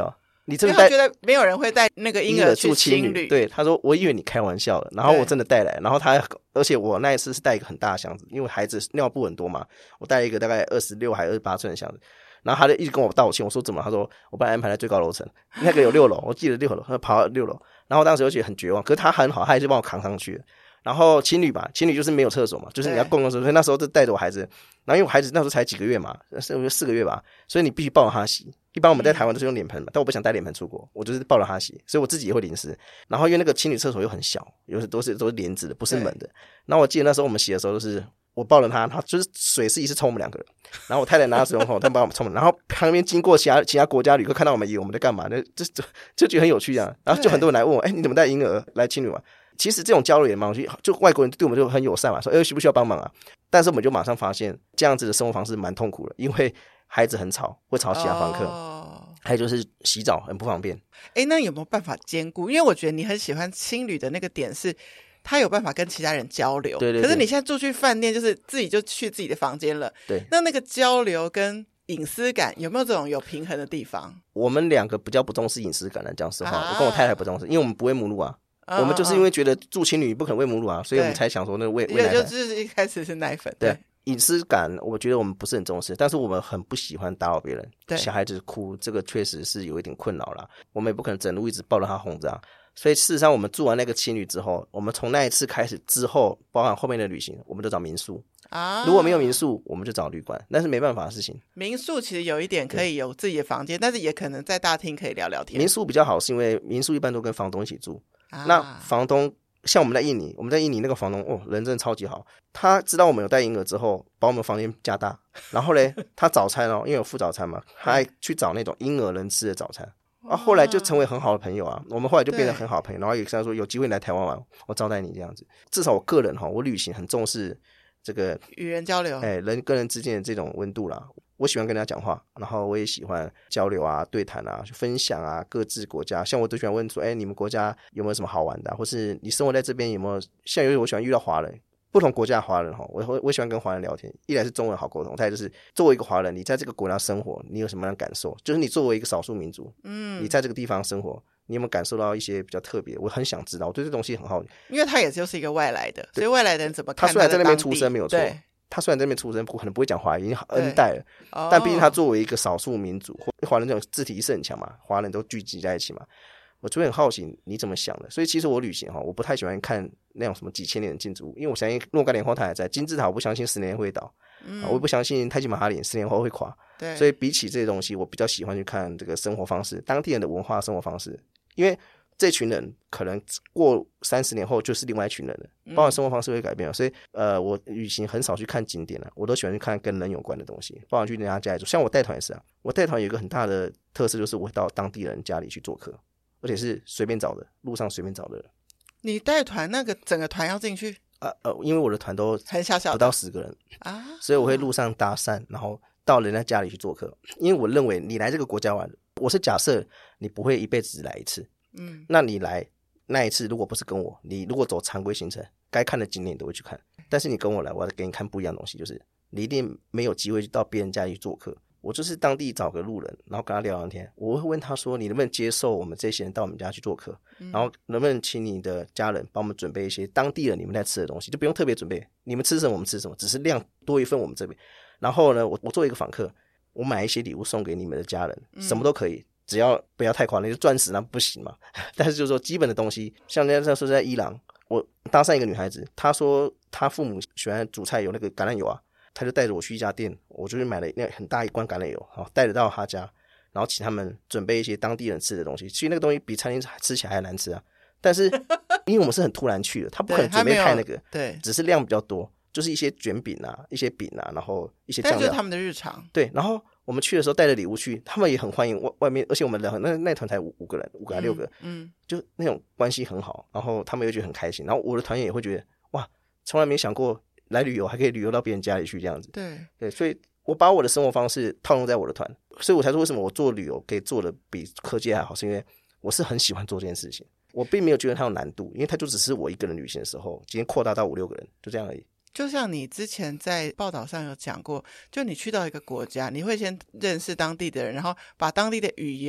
你真的带， 因为他觉得没有人会带那个婴儿去青旅。 对，他说我以为你开玩笑了，然后我真的带来，然后他，而且我那一次是带一个很大的箱子，因为孩子尿布很多嘛，我带一个大概二十六还二十八寸的箱子，然后他就一直跟我道歉，我说怎么？他说我把他安排在最高楼层，那个有六楼，我记得六楼，他跑到六楼，然后我当时就觉得很绝望，可是他很好，他还是帮我扛上去了。然后青旅吧，青旅就是没有厕所嘛，就是你要共用厕所，所以那时候就带着我孩子，然后因为我孩子那时候才几个月嘛，四四个月吧，所以你必须抱着他洗。一般我们在台湾都是用脸盆嘛，但我不想带脸盆出国，我就是抱着他洗，所以我自己也会淋湿。然后因为那个青旅厕所又很小，有时都是都是帘子的，不是门的。然后我记得那时候我们洗的时候，就是我抱着他，他就是水是一次冲我们两个人，然后我太太拿着水龙头，他帮我们冲，然后旁边经过其他其他国家旅客看到我们以为我们在干嘛，就就就觉得很有趣啊。然后就很多人来问我，哎，你怎么带婴儿来青旅玩？其实这种交流也蛮有趣，就外国人对我们就很友善嘛，说哎需不需要帮忙啊？但是我们就马上发现这样子的生活方式蛮痛苦的，因为孩子很吵，会吵其他房客，哦、还有就是洗澡很不方便。 哎，那有没有办法兼顾？因为我觉得你很喜欢青旅的那个点是，他有办法跟其他人交流。 对对对。 可是你现在住去饭店，就是自己就去自己的房间了。 对。 那那个交流跟隐私感有没有这种有平衡的地方？ 我们两个比较不重视隐私感的，讲实话、啊，我跟我太太不重视，因为我们不喂母乳啊。 嗯、 我们就是因为觉得住青旅不可能喂母乳啊，所以我们才想说那个喂喂奶粉。 就是一开始是奶粉。 对，隐私感我觉得我们不是很重视，但是我们很不喜欢打扰别人。 对， 小孩子哭，这个确实是有一点困扰啦。我们也不可能整路一直抱着他哄着啊。所以事实上，我们住完那个青旅之后，我们从那一次开始之后，包含后面的旅行，我们都找民宿啊。如果没有民宿，我们就找旅馆，那是没办法的事情。 民宿其实有一点可以有自己的房间，但是也可能在大厅可以聊聊天。 民宿比较好，是因为民宿一般都跟房东一起住。啊、那房东像我们在印尼，我们在印尼那个房东哦，人真的超级好。他知道我们有带婴儿之后，把我们房间加大，然后嘞，他早餐哦，因为有附早餐嘛，他还去找那种婴儿能吃的早餐。啊，后来就成为很好的朋友啊，我们后来就变得很好的朋友，然后也跟他说有机会来台湾玩，我招待你这样子。至少我个人哈，我旅行很重视这个语言交流， 哎，人跟人之间的这种温度啦。我喜欢跟人家讲话，然后我也喜欢交流啊、对谈啊、分享啊，各自国家。像我都喜欢问说，哎，你们国家有没有什么好玩的、啊，或是你生活在这边有没有？像有时候我喜欢遇到华人。不同国家的华人哈，我我喜欢跟华人聊天，一来是中文好沟通，再来就是作为一个华人，你在这个国家生活，你有什么样的感受？就是你作为一个少数民族，嗯，你在这个地方生活，你有没有感受到一些比较特别？我很想知道，我对这东西很好奇， 因为他也就是一个外来的，所以外来的人怎么看 他, 他虽然在那边出生没有错，他虽然在那边出生可能不会讲华语，已经 N 代了，哦、但毕竟他作为一个少数民族，华人这种自体意识很强嘛，华人都聚集在一起嘛。我就会很好奇你怎么想的，所以其实我旅行哈，我不太喜欢看那种什么几千年的建筑物，因为我相信若干年后它还在。金字塔我不相信十年会倒，嗯啊、我也不相信泰姬玛哈陵十年后会垮。 对， 所以比起这些东西，我比较喜欢去看这个生活方式，当地人的文化生活方式，因为这群人可能过三十年后就是另外一群人了，包括生活方式会改变了。所以呃，我旅行很少去看景点了，我都喜欢去看跟人有关的东西，包括去人家家里住。像我带团也是啊，我带团有一个很大的特色就是我会到当地人家里去做客。而且是随便找的，路上随便找的人。 你带团那个整个团要进去？ 呃呃，因为我的团都很小小， 不到十个人啊， 所以我会路上搭讪，然后到人家家里去做客。因为我认为你来这个国家玩，我是假设你不会一辈子只来一次，嗯，那你来那一次如果不是跟我，你如果走常规行程，该看的景点你都会去看。但是你跟我来，我要给你看不一样的东西，就是你一定没有机会到别人家里去做客。我就是当地找个路人，然后跟他聊聊天，我会问他说你能不能接受我们这些人到我们家去做客、嗯、然后能不能请你的家人帮我们准备一些当地人你们在吃的东西，就不用特别准备，你们吃什么我们吃什么，只是量多一份我们这边。然后呢，我我作为一个访客，我买一些礼物送给你们的家人，什么都可以，只要不要太夸张，就钻石那不行嘛。但是就是说基本的东西，像人家说在伊朗，我搭上一个女孩子，她说她父母喜欢煮菜有那个橄榄油啊，他就带着我去一家店，我就去买了那很大一罐橄榄油，带着到他家，然后请他们准备一些当地人吃的东西。其实那个东西比餐厅吃起来还难吃啊，但是因为我们是很突然去的，他不可能准备太那个， 对， 只是量比较多，就是一些卷饼啊，一些饼啊，然后一些酱料， 但就是他们的日常。 对，然后我们去的时候带着礼物去，他们也很欢迎外外面，而且我们人那那团才五五个人，五个还六个，嗯，嗯就那种关系很好，然后他们又觉得很开心，然后我的团员也会觉得哇，从来没想过。来旅游还可以旅游到别人家里去这样子， 对对，所以我把我的生活方式套用在我的团，所以我才说为什么我做旅游可以做的比科技还好，是因为我是很喜欢做这件事情，我并没有觉得它有难度，因为它就只是我一个人旅行的时候，今天扩大到五六个人，就这样而已。 就像你之前在报道上有讲过，就你去到一个国家，你会先认识当地的人，然后把当地的语言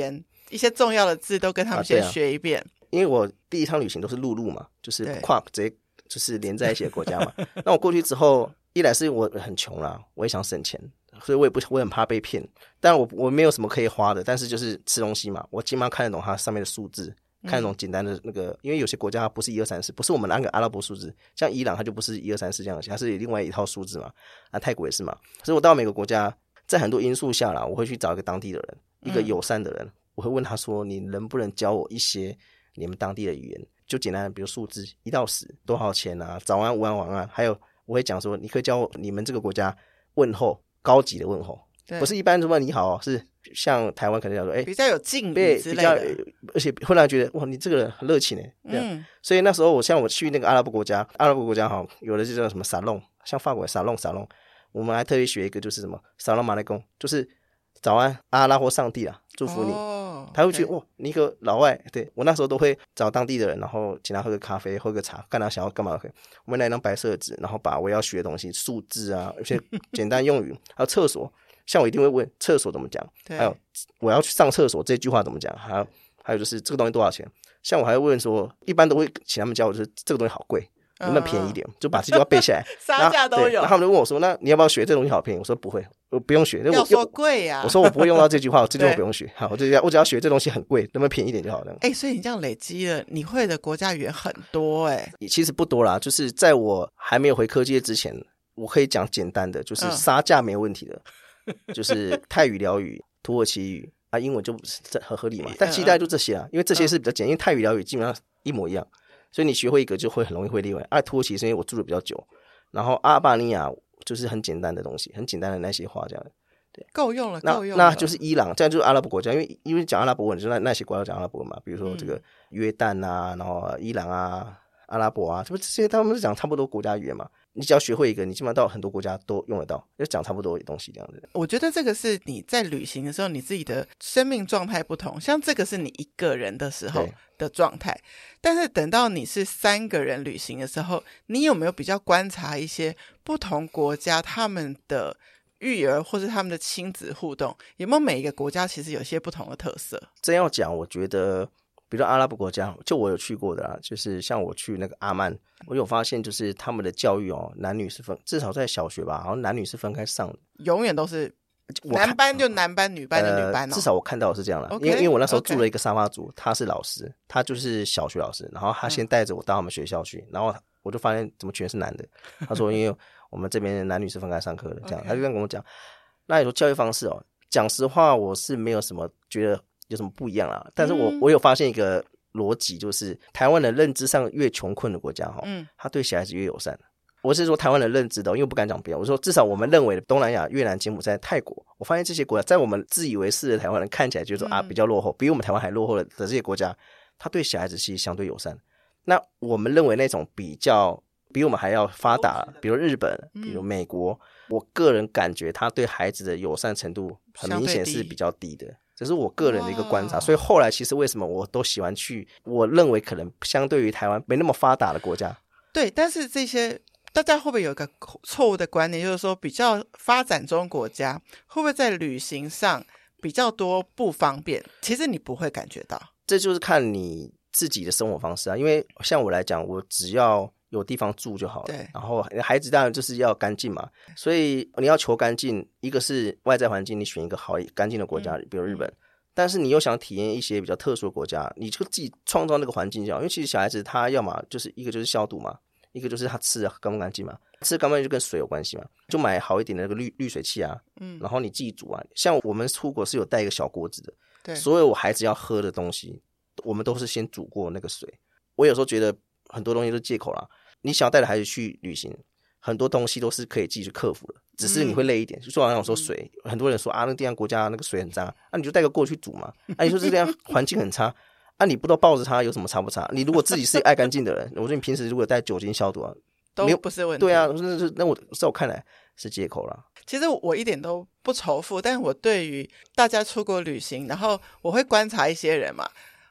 一些重要的字都跟他们先学一遍、啊啊、因为我第一趟旅行都是陆路嘛，就是跨直接就是连在一起的国家嘛那我过去之后，一来是我很穷啦，我也想省钱，所以我也不我很怕被骗，但我我没有什么可以花的，但是就是吃东西嘛，我基本上看得懂它上面的数字，看那种简单的那个、嗯、因为有些国家不是一二三四，不是我们那个阿拉伯数字，像伊朗它就不是一二三四这样的，它是有另外一套数字嘛，啊泰国也是嘛，所以我到每个国家在很多因素下啦，我会去找一个当地的人，一个友善的人、嗯、我会问他说你能不能教我一些你们当地的语言，就简单的比如数字一到十多少钱啊，早安午安晚安，还有我会讲说你可以教我你们这个国家问候高级的问候，不是一般什么你好、哦、是像台湾可能讲说哎、欸， 比较有敬语之类的， 而且会让人觉得哇你这个人很热情耶，嗯，所以那时候我像我去那个阿拉伯国家，阿拉伯国家好有的就叫什么沙龙，像法国的沙龙沙龙，我们还特别学一个就是什么沙龙马雷公，就是早安阿拉或上帝啊祝福你、哦、他会觉得哇你一个老外，对我那时候都会找当地的人，然后请他喝个咖啡喝个茶，看他想要干嘛可以，我们拿一张白色的纸，然后把我要学的东西数字啊有些简单用语还有厕所，像我一定会问厕所怎么讲，还有我要去上厕所这句话怎么讲，还有还有就是这个东西多少钱，像我还会问说一般都会请他们教我就是这个东西好贵能不能便宜一点、嗯、就把这句话背下来杀价都有， 然后他们就问我说那你要不要学这东西好便宜，我说不会，我不用学， 要说贵啊， 我说我不会用到这句话这句话不用学，好，我只要我只要学这东西很贵能不能便宜一点就好了。 哎、欸，所以你这样累积了你会的国家语言很多哎、 欸，其实不多啦，就是在我还没有回科技业之前我可以讲简单的，就是杀价没有问题的、嗯、就是泰语辽语土耳其语啊，英文就很合理嘛，但期待就这些啊，因为这些是比较简单，因为泰语辽语基本上一模一样，所以你学会一个就会很容易会另外。啊，土耳其是因为我住的比较久，然后阿尔巴尼亚就是很简单的东西，很简单的那些话这样。对， 够用了，够用了。那就是伊朗，这样就是阿拉伯国家，因为因为讲阿拉伯文，就那那些国家讲阿拉伯文嘛，比如说这个约旦啊，然后伊朗啊、阿拉伯啊，这不这些他们是讲差不多国家语言嘛。你只要学会一个，你基本上到很多国家都用得到，就讲差不多的东西这样子。 我觉得这个是你在旅行的时候，你自己的生命状态不同，像这个是你一个人的时候的状态，但是等到你是三个人旅行的时候，你有没有比较观察一些不同国家他们的育儿或是他们的亲子互动，有没有每一个国家其实有些不同的特色？ 真要讲，我觉得比如阿拉伯国家，就我有去过的啦，就是像我去那个阿曼，我有发现就是他们的教育哦，男女是分，至少在小学吧，好像男女是分开上的， 永远都是男班就男班，女班就女班、哦呃、至少我看到的是这样啦、okay, 因为因为我那时候住了一个沙发族， okay. 他是老师，他就是小学老师，然后他先带着我到他们学校去、嗯、然后我就发现怎么全是男的，他说因为我们这边男女是分开上课的，这样、okay. 他就这样跟我讲。那你说教育方式哦，讲实话我是没有什么觉得有什么不一样啦，但是我、嗯、我有发现一个逻辑，就是台湾的认知上越穷困的国家、哦嗯、他对小孩子越友善。我是说台湾的认知的，因为我不敢讲别人，我说至少我们认为的东南亚、越南、柬埔寨、泰国，我发现这些国家在我们自以为是的台湾人看起来就是说、嗯、啊比较落后，比我们台湾还落后的这些国家，他对小孩子其实相对友善。那我们认为那种比较比我们还要发达，比如日本，比如美国、嗯、我个人感觉他对孩子的友善程度很明显是比较低的，这是我个人的一个观察。所以后来其实为什么我都喜欢去我认为可能相对于台湾没那么发达的国家。 对，但是这些大家会不会有一个错误的观念，就是说比较发展中国家会不会在旅行上比较多不方便？其实你不会感觉到， 这就是看你自己的生活方式啊。因为像我来讲，我只要有地方住就好了，对，然后孩子当然就是要干净嘛，所以你要求干净，一个是外在环境，你选一个好干净的国家、嗯、比如日本、嗯、但是你又想体验一些比较特殊的国家，你就自己创造那个环境就好。因为其实小孩子他要嘛就是一个就是消毒嘛，一个就是他吃的干不干净嘛，吃干不干净就跟水有关系嘛，就买好一点的那个滤滤水器啊，嗯，然后你自己煮啊。像我们出国是有带一个小锅子的，对，所有我孩子要喝的东西我们都是先煮过那个水。我有时候觉得很多东西都借口啦，你想要带着孩子去旅行，很多东西都是可以自己去克服的，只是你会累一点、嗯、就好像说水、嗯、很多人说啊那个地方国家那个水很脏啊，你就带个锅去煮嘛。啊你说这样环境很差啊，你不都抱着它有什么差不差？你如果自己是爱干净的人，我说你平时如果带酒精消毒啊都不是问题。 对啊，那那我在我看来是借口啦。 其实我一点都不仇富，但是我对于大家出国旅行，然后我会观察一些人嘛，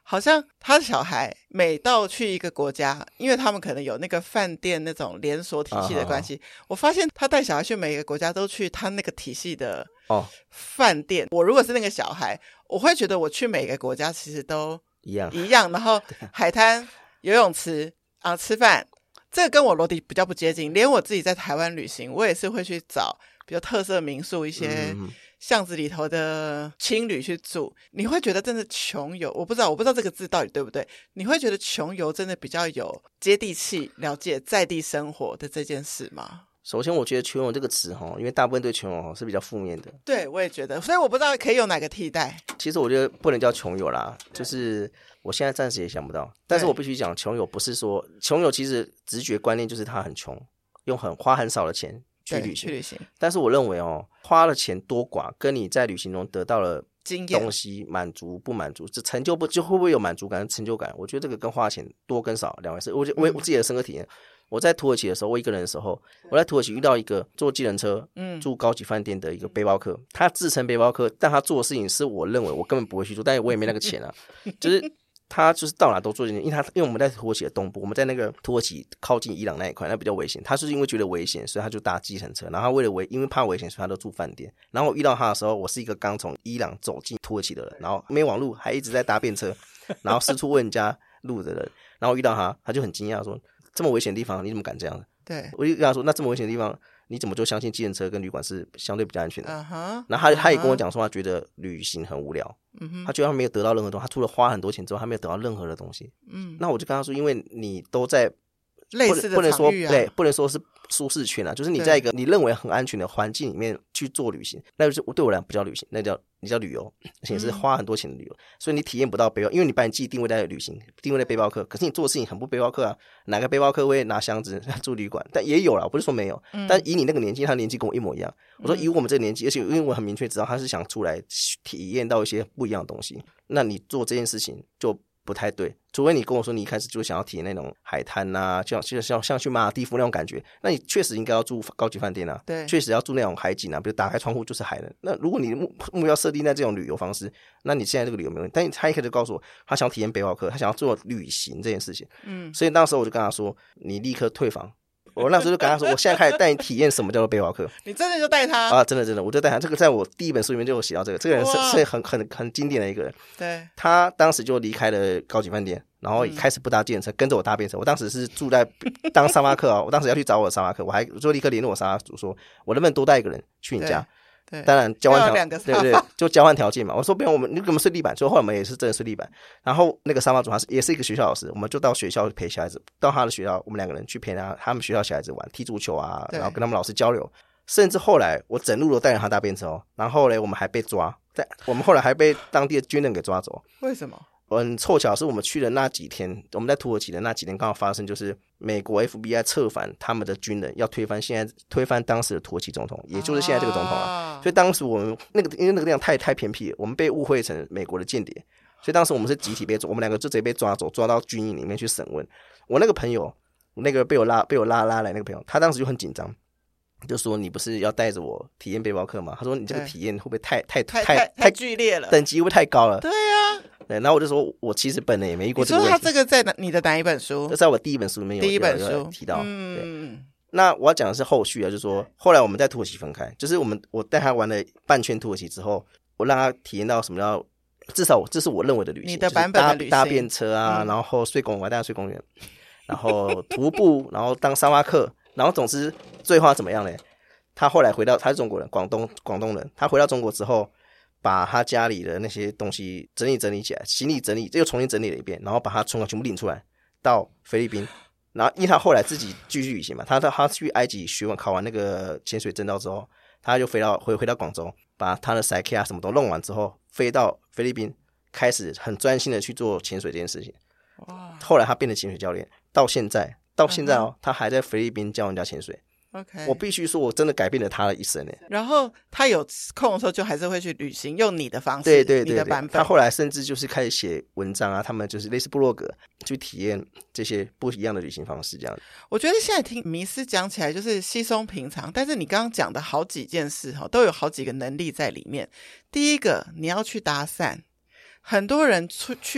好像他的小孩每到去一个国家，因为他们可能有那个饭店那种连锁体系的关系、啊、我发现他带小孩去每个国家都去他那个体系的饭店、哦、我如果是那个小孩，我会觉得我去每个国家其实都一样一样，然后海滩游泳池啊，吃饭，这个跟我逻辑比较不接近。连我自己在台湾旅行，我也是会去找比如特色民宿，一些巷子里头的青旅去住。你会觉得真的穷游，我不知道我不知道这个字到底对不对，你会觉得穷游真的比较有接地气，了解在地生活的这件事吗？ 首先我觉得穷游这个词因为大部分对穷游是比较负面的。 对，我也觉得，所以我不知道可以用哪个替代。 其实我觉得不能叫穷游啦，就是我现在暂时也想不到，但是我必须讲，穷游不是说穷游，其实直觉观念就是他很穷，用很花很少的钱去旅行。去旅行，但是我认为哦，花了钱多寡跟你在旅行中得到了东西满足不满足，这成就不就会不会有满足感、成就感？我觉得这个跟花钱多跟少两回事。我我我自己的深刻体验。我在土耳其的时候，我一个人的时候，我在土耳其遇到一个坐计程车、嗯、住高级饭店的一个背包客，他自称背包客，但他做的事情是我认为我根本不会去做，但是我也没那个钱啊，就是他就是到哪都做这件事，因为他因为我们在土耳其的东部，我们在那个土耳其靠近伊朗那一块，那比较危险，他是因为觉得危险，所以他就搭计程车，然后他为了危因为怕危险，所以他都住饭店。然后我遇到他的时候，我是一个刚从伊朗走进土耳其的人，然后没网路，还一直在搭便车，然后四处问人家路的人，然后我遇到他，他就很惊讶说，这么危险的地方你怎么敢这样？对，我就跟他说，那这么危险的地方你怎么就相信计程车跟旅馆是相对比较安全的、uh-huh, 然后 他, 他也跟我讲说他觉得旅行很无聊、uh-huh. 他觉得他没有得到任何东西，他除了花很多钱之后他没有得到任何的东西、uh-huh. 那我就跟他说，因为你都在类似的不能说场域啊， 对，不能说是舒适圈啊，就是你在一个你认为很安全的环境里面去做旅行，那就是对我来讲不叫旅行，那叫你叫旅游，而且是花很多钱的旅游、嗯、所以你体验不到背包，因为你把你自己定位在旅行，定位在背包客，可是你做的事情很不背包客啊，哪个背包客会拿箱子住旅馆？但也有啦，我不是说没有、嗯、但以你那个年纪，他年纪跟我一模一样，我说以我们这个年纪、嗯、而且因为我很明确知道他是想出来体验到一些不一样的东西，那你做这件事情就不太对，除非你跟我说你一开始就想要体验那种海滩啊，就像像像去马尔地夫那种感觉，那你确实应该要住高级饭店啊，对，确实要住那种海景啊，比如打开窗户就是海的。那如果你目目标设定在这种旅游方式，那你现在这个旅游没问题。但他一开始就告诉我，他想体验背包客，他想要做旅行这件事情，嗯，所以那时候我就跟他说，你立刻退房。我那时候就跟他说，我现在开始带你体验什么叫做背包客。 你真的就带他啊？真的真的，我就带他。这个在我第一本书里面就有写到这个，这个人是是很很很经典的一个人。对，他当时就离开了高级饭店，然后开始不搭计程车，跟着我搭便车。我当时是住在当沙发客啊，我当时要去找我的沙发客，我还就立刻联络我沙发主说，我能不能多带一个人去你家？对，当然交换条对对，就交换条件嘛。我说不用，我们你给我们睡地板，所以后来我们也是真的睡地板。然后那个沙发主他是也是一个学校老师，我们就到学校陪小孩子，到他的学校，我们两个人去陪他他们学校小孩子玩踢足球啊，然后跟他们老师交流。甚至后来我整路都带着他搭便车哦，然后后来我们还被抓，在我们后来还被当地的军人给抓走。 为什么？ 很凑巧是我们去的那几天，我们在土耳其的那几天刚好发生，就是美国 F B I 策反他们的军人，要推翻现在推翻当时的土耳其总统，也就是现在这个总统啊。啊所以当时我们那个因为那个地方太太偏僻了，我们被误会成美国的间谍，所以当时我们是集体被抓，我们两个就直接被抓走，抓到军营里面去审问。我那个朋友，那个被我拉被我拉拉来那个朋友，他当时就很紧张。就说你不是要带着我体验背包客吗？他说你这个体验会不会太太太太太剧烈了， 等级会不会太高了？ 对啊， 对，然后我就说我其实本人也没遇过这个问题。 你说他这个在你的哪一本书？ 这在我第一本书里面有第一本书提到。嗯，那我要讲的是后续啊，就是说后来我们在土耳其分开，就是我们我带他玩了半圈土耳其之后，我让他体验到什么叫至少这是我认为的旅行， 你的版本的旅行， 搭搭便车啊，嗯、然后睡公园，我带他睡公园，然后徒步，然后当沙发客，然后总之最后怎么样呢？他后来回到，他是中国人，广东广东人。他回到中国之后，把他家里的那些东西整理整理起来，行李整理，又重新整理了一遍，然后把他存款全部领出来，到菲律宾。然后因为他后来自己继续旅行嘛，他他去埃及学完考完那个潜水证照之后，他就回到回回到广州，把他的 S K 啊什么都弄完之后，飞到菲律宾，开始很专心的去做潜水这件事情。哇！后来他变成潜水教练，到现在到现在哦，他还在菲律宾教人家潜水。Okay. 我必须说我真的改变了他的一生。 然后他有空的时候就还是会去旅行，用你的方式， 对对 对, 对， 你的版本。 他后来甚至就是开始写文章啊，他们就是类似部落格去体验这些不一样的旅行方式这样。 我觉得现在听迷思讲起来就是稀松平常，但是你刚刚讲的好几件事都有好几个能力在里面。第一个，你要去搭讪，很多人出去到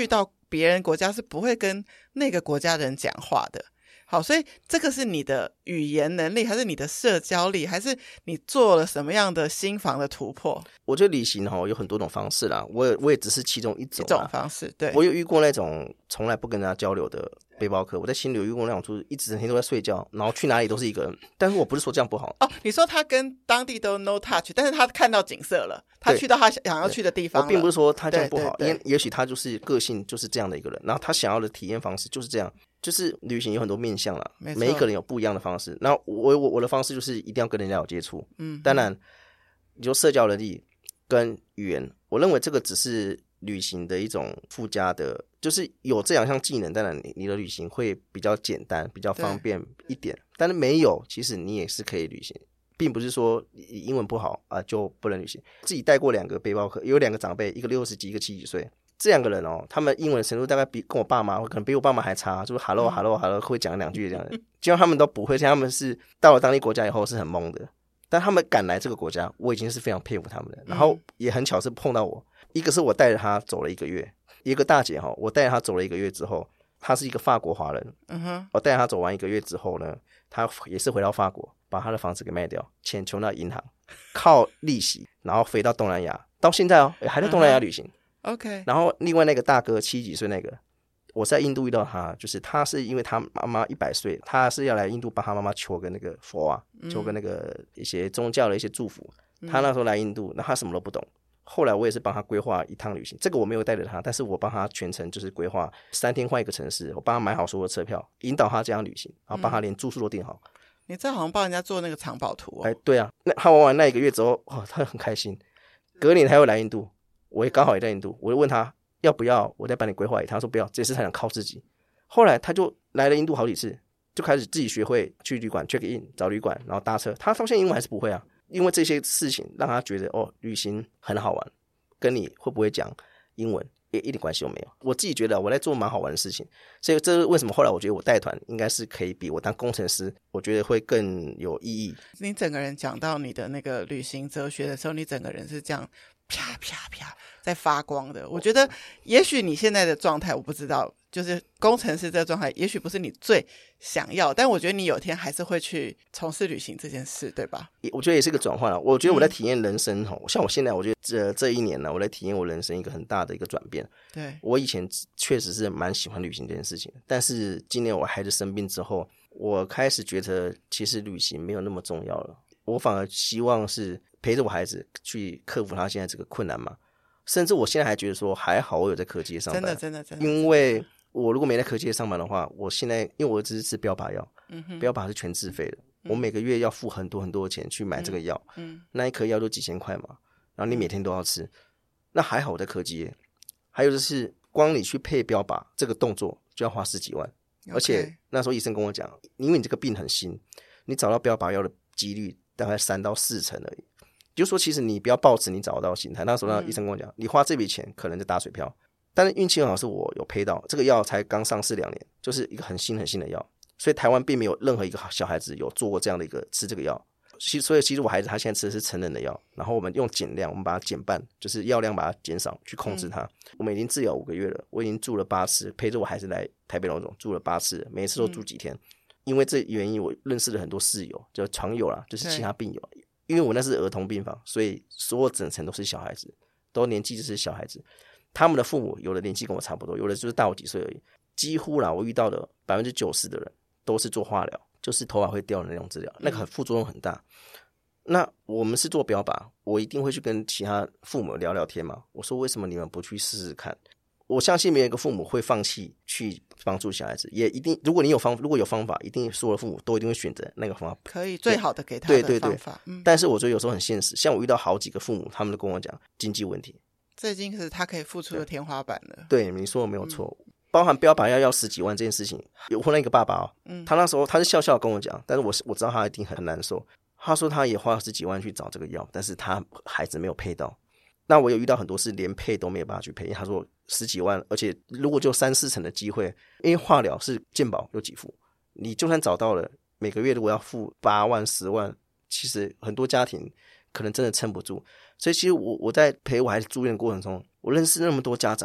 别人国家是不会跟那个国家的人讲话的。好，所以这个是你的语言能力，还是你的社交力，还是你做了什么样的心防的突破？ 我觉得旅行有很多种方式啦，我也我也只是其中一种一种方式。对， 我有遇过那种从来不跟人家交流的背包客，我在新旅有遇过那种就是一直整天都在睡觉，然后去哪里都是一个人。但是我不是说这样不好哦， 你说他跟当地都 no touch， 但是他看到景色了，他去到他想要去的地方了。 我并不是说他这样不好， 对对对， 因为也许他就是个性就是这样的一个人，然后他想要的体验方式就是这样。就是旅行有很多面向啦，每一个人有不一样的方式。然后我我我的方式就是一定要跟人家有接触。嗯，当然，你说社交能力跟语言，我认为这个只是旅行的一种附加的，就是有这两项技能，当然你你的旅行会比较简单，比较方便一点。但是没有，其实你也是可以旅行，并不是说英文不好啊、呃、就不能旅行。自己带过两个背包客，有两个长辈，一个六十几，一个七十几岁。这两个人哦，他们英文程度大概比跟我爸妈可能比我爸妈还差，就是 hello hello hello 会讲两句这样的，结果他们都不会，像他们是到了当地国家以后是很懵的，但他们敢来这个国家，我已经是非常佩服他们的。然后也很巧是碰到我，一个是我带着他走了一个月，一个大姐哈，我带着他走了一个月之后，他是一个法国华人，嗯哼，我带着他走完一个月之后呢，他也是回到法国，把他的房子给卖掉，钱存到银行，靠利息，然后飞到东南亚，到现在哦还在东南亚旅行。嗯 OK， 然后另外那个大哥七几岁那个，我在印度遇到他，就是他是因为他妈妈一百岁，他是要来印度帮他妈妈求个那个佛啊，求个那个一些宗教的一些祝福。嗯、他那时候来印度，那他什么都不懂。后来我也是帮他规划一趟旅行，这个我没有带着他，但是我帮他全程就是规划三天换一个城市，我帮他买好所有的车票，引导他这样旅行，然后帮他连住宿都订好。嗯、 你这好像帮人家做那个藏宝图哦。 哎，对啊，那他玩完那一个月之后，哦，他很开心。隔年他又来印度。我也刚好也在印度，我就问他要不要我再帮你规划一趟，他说不要，这次他想靠自己。后来他就来了印度好几次，就开始自己学会去旅馆 check in 找旅馆，然后搭车。他发现英文还是不会啊，因为这些事情让他觉得哦，旅行很好玩，跟你会不会讲英文也一点关系都没有。我自己觉得我在做蛮好玩的事情，所以这是为什么后来我觉得我带团应该是可以比我当工程师，我觉得会更有意义。 你整个人讲到你的那个旅行哲学的时候，你整个人是这样啪啪啪在发光的。我觉得也许你现在的状态我不知道，就是工程师这个状态也许不是你最想要，但我觉得你有天还是会去从事旅行这件事，对吧？ 我觉得也是个转换了。我觉得我在体验人生、嗯、像我现在我觉得这这一年呢，我在体验我人生一个很大的一个转变。 对， 我以前确实是蛮喜欢旅行这件事情，但是今年我孩子生病之后，我开始觉得其实旅行没有那么重要了，我反而希望是陪着我孩子去克服他现在这个困难嘛。甚至我现在还觉得说还好我有在科技业上班， 真的真的真的， 因为我如果没在科技业上班的话，我现在因为我只是吃标靶药，嗯哼，标靶是全自费的，嗯、我每个月要付很多很多的钱去买这个药，嗯，那一颗药就几千块嘛，然后你每天都要吃，那还好我在科技业。还有就是光你去配标靶这个动作就要花十几万， okay. 而且那时候医生跟我讲，因为你这个病很新，你找到标靶药的几率大概三到四成而已。就是说其实你不要抱持你找得到心态，那时候那医生跟我讲、嗯、你花这笔钱可能就打水漂，但是运气很好是我有配到这个药，才刚上市两年，就是一个很新很新的药，所以台湾并没有任何一个小孩子有做过这样的一个吃这个药。所以其实我孩子他现在吃的是成人的药，然后我们用减量，我们把它减半，就是药量把它减少去控制它、嗯、我们已经治疗五个月了，我已经住了八次，陪着我孩子来台北荣总住了八次，每一次都住几天、嗯、因为这原因我认识了很多室友，就床友啦，就是其他病友，因为我那是儿童病房，所以所有整层都是小孩子，都年纪就是小孩子，他们的父母有的年纪跟我差不多，有的就是大我几岁而已，几乎啦我遇到的 百分之九十 的人都是做化疗，就是头发会掉的那种治疗，那个副作用很大、嗯、那我们是做标靶，我一定会去跟其他父母聊聊天嘛，我说为什么你们不去试试看，我相信没有一个父母会放弃去帮助小孩子，也一定如果你有方如果有方法，一定所有的父母都一定会选择那个方法， 可以最好的给他的方法。对对对、 嗯、但是我觉得有时候很现实，像我遇到好几个父母，他们都跟我讲经济问题， 这已经是他可以付出的天花板了。 对，你说的没有错、嗯、包含标靶要要十几万这件事情，有碰到一个爸爸哦、嗯，他那时候他是笑笑跟我讲，但是我我知道他一定很难受，他说他也花了十几万去找这个药，但是他孩子没有配到。那我有遇到很多是连配都没有办法去配，因为他说十几万，而且如果就三四成的机会，因为化疗是健保有给付，你就算找到了，每个月如果要付八万十万，其实很多家庭可能真的撑不住。所以其实我我在陪我孩子住院的过程中，我认识那么多家长，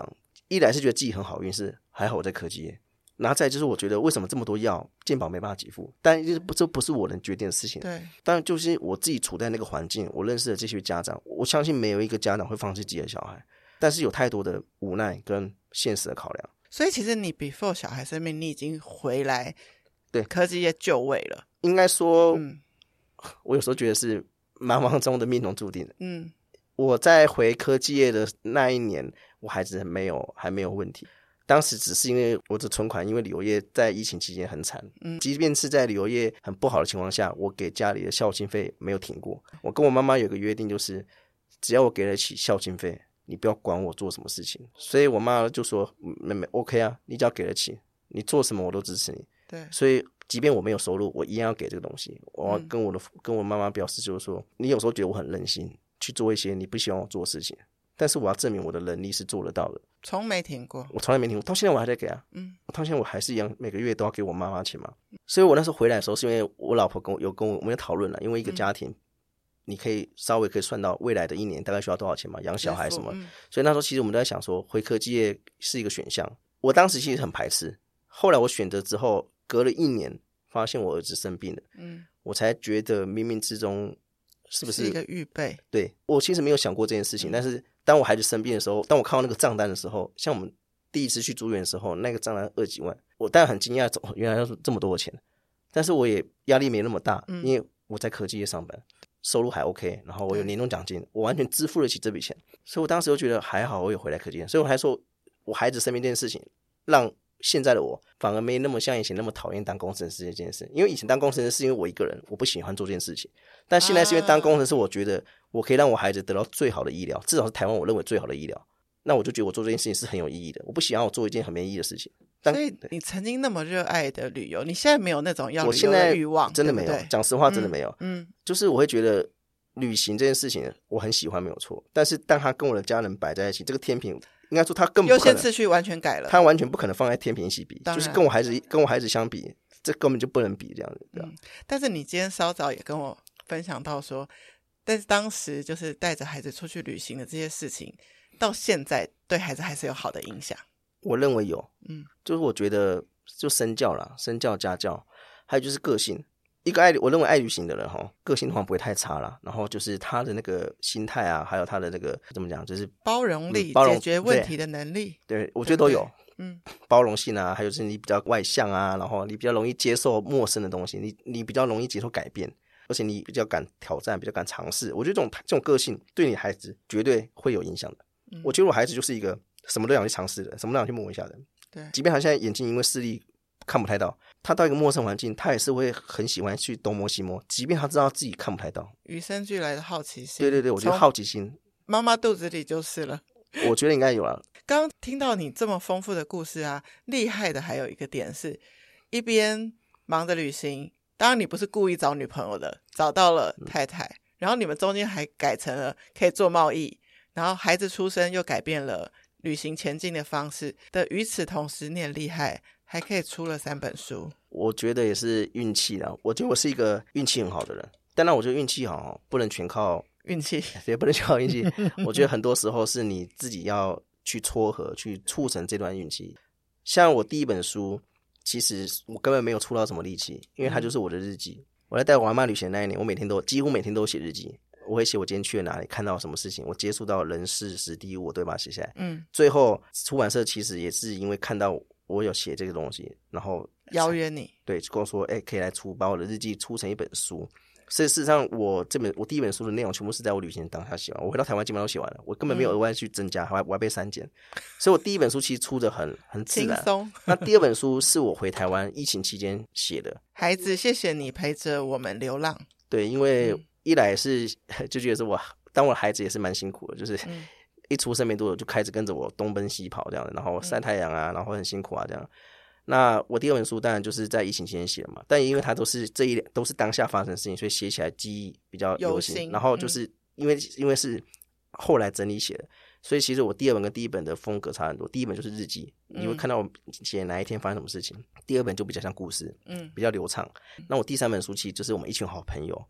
一来是觉得自己很好运，是还好我在科技业，然后再就是我觉得为什么这么多药健保没办法给付，但这不这不是我能决定的事情。 对， 但就是我自己处在那个环境，我认识的这些家长，我相信没有一个家长会放弃自己的小孩，但是有太多的无奈跟现实的考量。 所以其实你 before 小孩生病，你已经回来对科技业就位了。 应该说、 嗯、 我有时候觉得是茫茫中的命中注定的。 嗯， 我在回科技业的那一年，我孩子没有还没有问题，当时只是因为我的存款因为旅游业在疫情期间很惨，嗯，即便是在旅游业很不好的情况下，我给家里的孝亲费没有停过。我跟我妈妈有个约定，就是只要我给得起孝亲费，你不要管我做什么事情。所以我妈就说妹妹 OK 啊，你只要给得起，你做什么我都支持你。 对， 所以即便我没有收入，我一样要给这个东西。我要跟我的、嗯、跟我妈妈表示，就是说你有时候觉得我很任性去做一些你不希望我做的事情，但是我要证明我的能力是做得到的。 从没停过， 我从来没停过，到现在我还在给啊。嗯，到现在我还是一样，每个月都要给我妈妈钱嘛。所以我那时候回来的时候，是因为我老婆跟我有跟我我们有讨论了，因为一个家庭、嗯，你可以稍微可以算到未来的一年大概需要多少钱嘛，养小孩什么、嗯。所以那时候其实我们都在想说，回科技业是一个选项。我当时其实很排斥，后来我选择之后，隔了一年，发现我儿子生病了，嗯，我才觉得冥冥之中是不是是一个预备？ 对，我其实没有想过这件事情、嗯，但是当我孩子生病的时候，当我看到那个账单的时候，像我们第一次去住院的时候，那个账单二几万，我当然很惊讶，原来要这么多的钱，但是我也压力没那么大、嗯，因为我在科技业上班，收入还 OK， 然后我有年终奖金，我完全支付得起这笔钱，所以我当时就觉得还好，我有回来科技业，所以我还说我孩子生病这件事情，让现在的我反而没那么像以前那么讨厌当工程师这件事，因为以前当工程师是因为我一个人，我不喜欢做这件事情，但现在是因为当工程师，我觉得我可以让我孩子得到最好的医疗，至少是台湾我认为最好的医疗，那我就觉得我做这件事情是很有意义的，我不喜欢我做一件很没意义的事情。 所以你曾经那么热爱的旅游，你现在没有那种要旅游的欲望？ 真的没有，讲实话真的没有。 嗯， 就是我会觉得旅行这件事情我很喜欢没有错，但是当他跟我的家人摆在一起，这个天平应该说他更不可能， 优先次序完全改了， 他完全不可能放在天平一起比，就是跟我孩子跟我孩子相比，这根本就不能比这样子。嗯， 但是你今天稍早也跟我分享到说，但是当时就是带着孩子出去旅行的这些事情，到现在对孩子还是有好的影响。 我认为有，嗯，就是我觉得就身教啦，身教家教，还有就是个性。一个爱，我认为爱旅行的人哈，个性的话不会太差啦。然后就是他的那个心态啊，还有他的那个怎么讲，就是包容力、嗯、包容解决问题的能力。 对，对我觉得都有。嗯，包容性啊，还有就是你比较外向啊，然后你比较容易接受陌生的东西，你你比较容易接受改变，而且你比较敢挑战，比较敢尝试。我觉得这种这种个性对你孩子绝对会有影响的。嗯、我觉得我孩子就是一个什么都想去尝试的，什么都想去摸一下的。 对， 即便他现在眼睛因为视力看不太到，他到一个陌生环境，他也是会很喜欢去东摸西摸，即便他知道自己看不太到。 与生俱来的好奇心。 对对对，我觉得好奇心， 妈妈肚子里就是了。 我觉得应该有了。 刚刚听到你这么丰富的故事啊，厉害的还有一个点是，一边忙着旅行，当然你不是故意找女朋友的，找到了太太，嗯、然后你们中间还改成了可以做贸易，然后孩子出生又改变了旅行前进的方式的，与此同时你很厉害，还可以出了三本书。 我觉得也是运气啦，我觉得我是一个运气很好的人，当然我觉得运气好不能全靠运气， 也不能全靠运气我觉得很多时候是你自己要去撮合，去促成这段运气。像我第一本书，其实我根本没有出到什么力气，因为它就是我的日记。我在带我阿嬷旅行的那一年，我每天都几乎每天都写日记，我会写我今天去了哪里，看到什么事情，我接触到人事时地物，我都会把它写下来。嗯，最后出版社其实也是因为看到我有写这个东西，然后邀约你， 对，就跟我说，哎、欸，可以来出，把我的日记出成一本书。所以事实上，我这本我第一本书的内容全部是在我旅行当下写完，我回到台湾基本上都写完了，我根本没有额外去增加，还、嗯、我还被删减。所以我第一本书其实出的很很自然， 轻松。 那第二本书是我回台湾疫情期间写的。 孩子，谢谢你陪着我们流浪。 对，因为一来是就觉得是我当我的孩子也是蛮辛苦的，就是一出生没多久就开始跟着我东奔西跑这样的，然后晒太阳啊，然后很辛苦啊这样。那我第二本书当然就是在疫情期间写的嘛，但因为它都是这一都是当下发生的事情，所以写起来记忆比较犹新。然后就是因为、嗯、因为是后来整理写的，所以其实我第二本跟第一本的风格差很多。第一本就是日记，你会看到我写哪一天发生什么事情；第二本就比较像故事，嗯，比较流畅。那我第三本书其实就是我们一群好朋友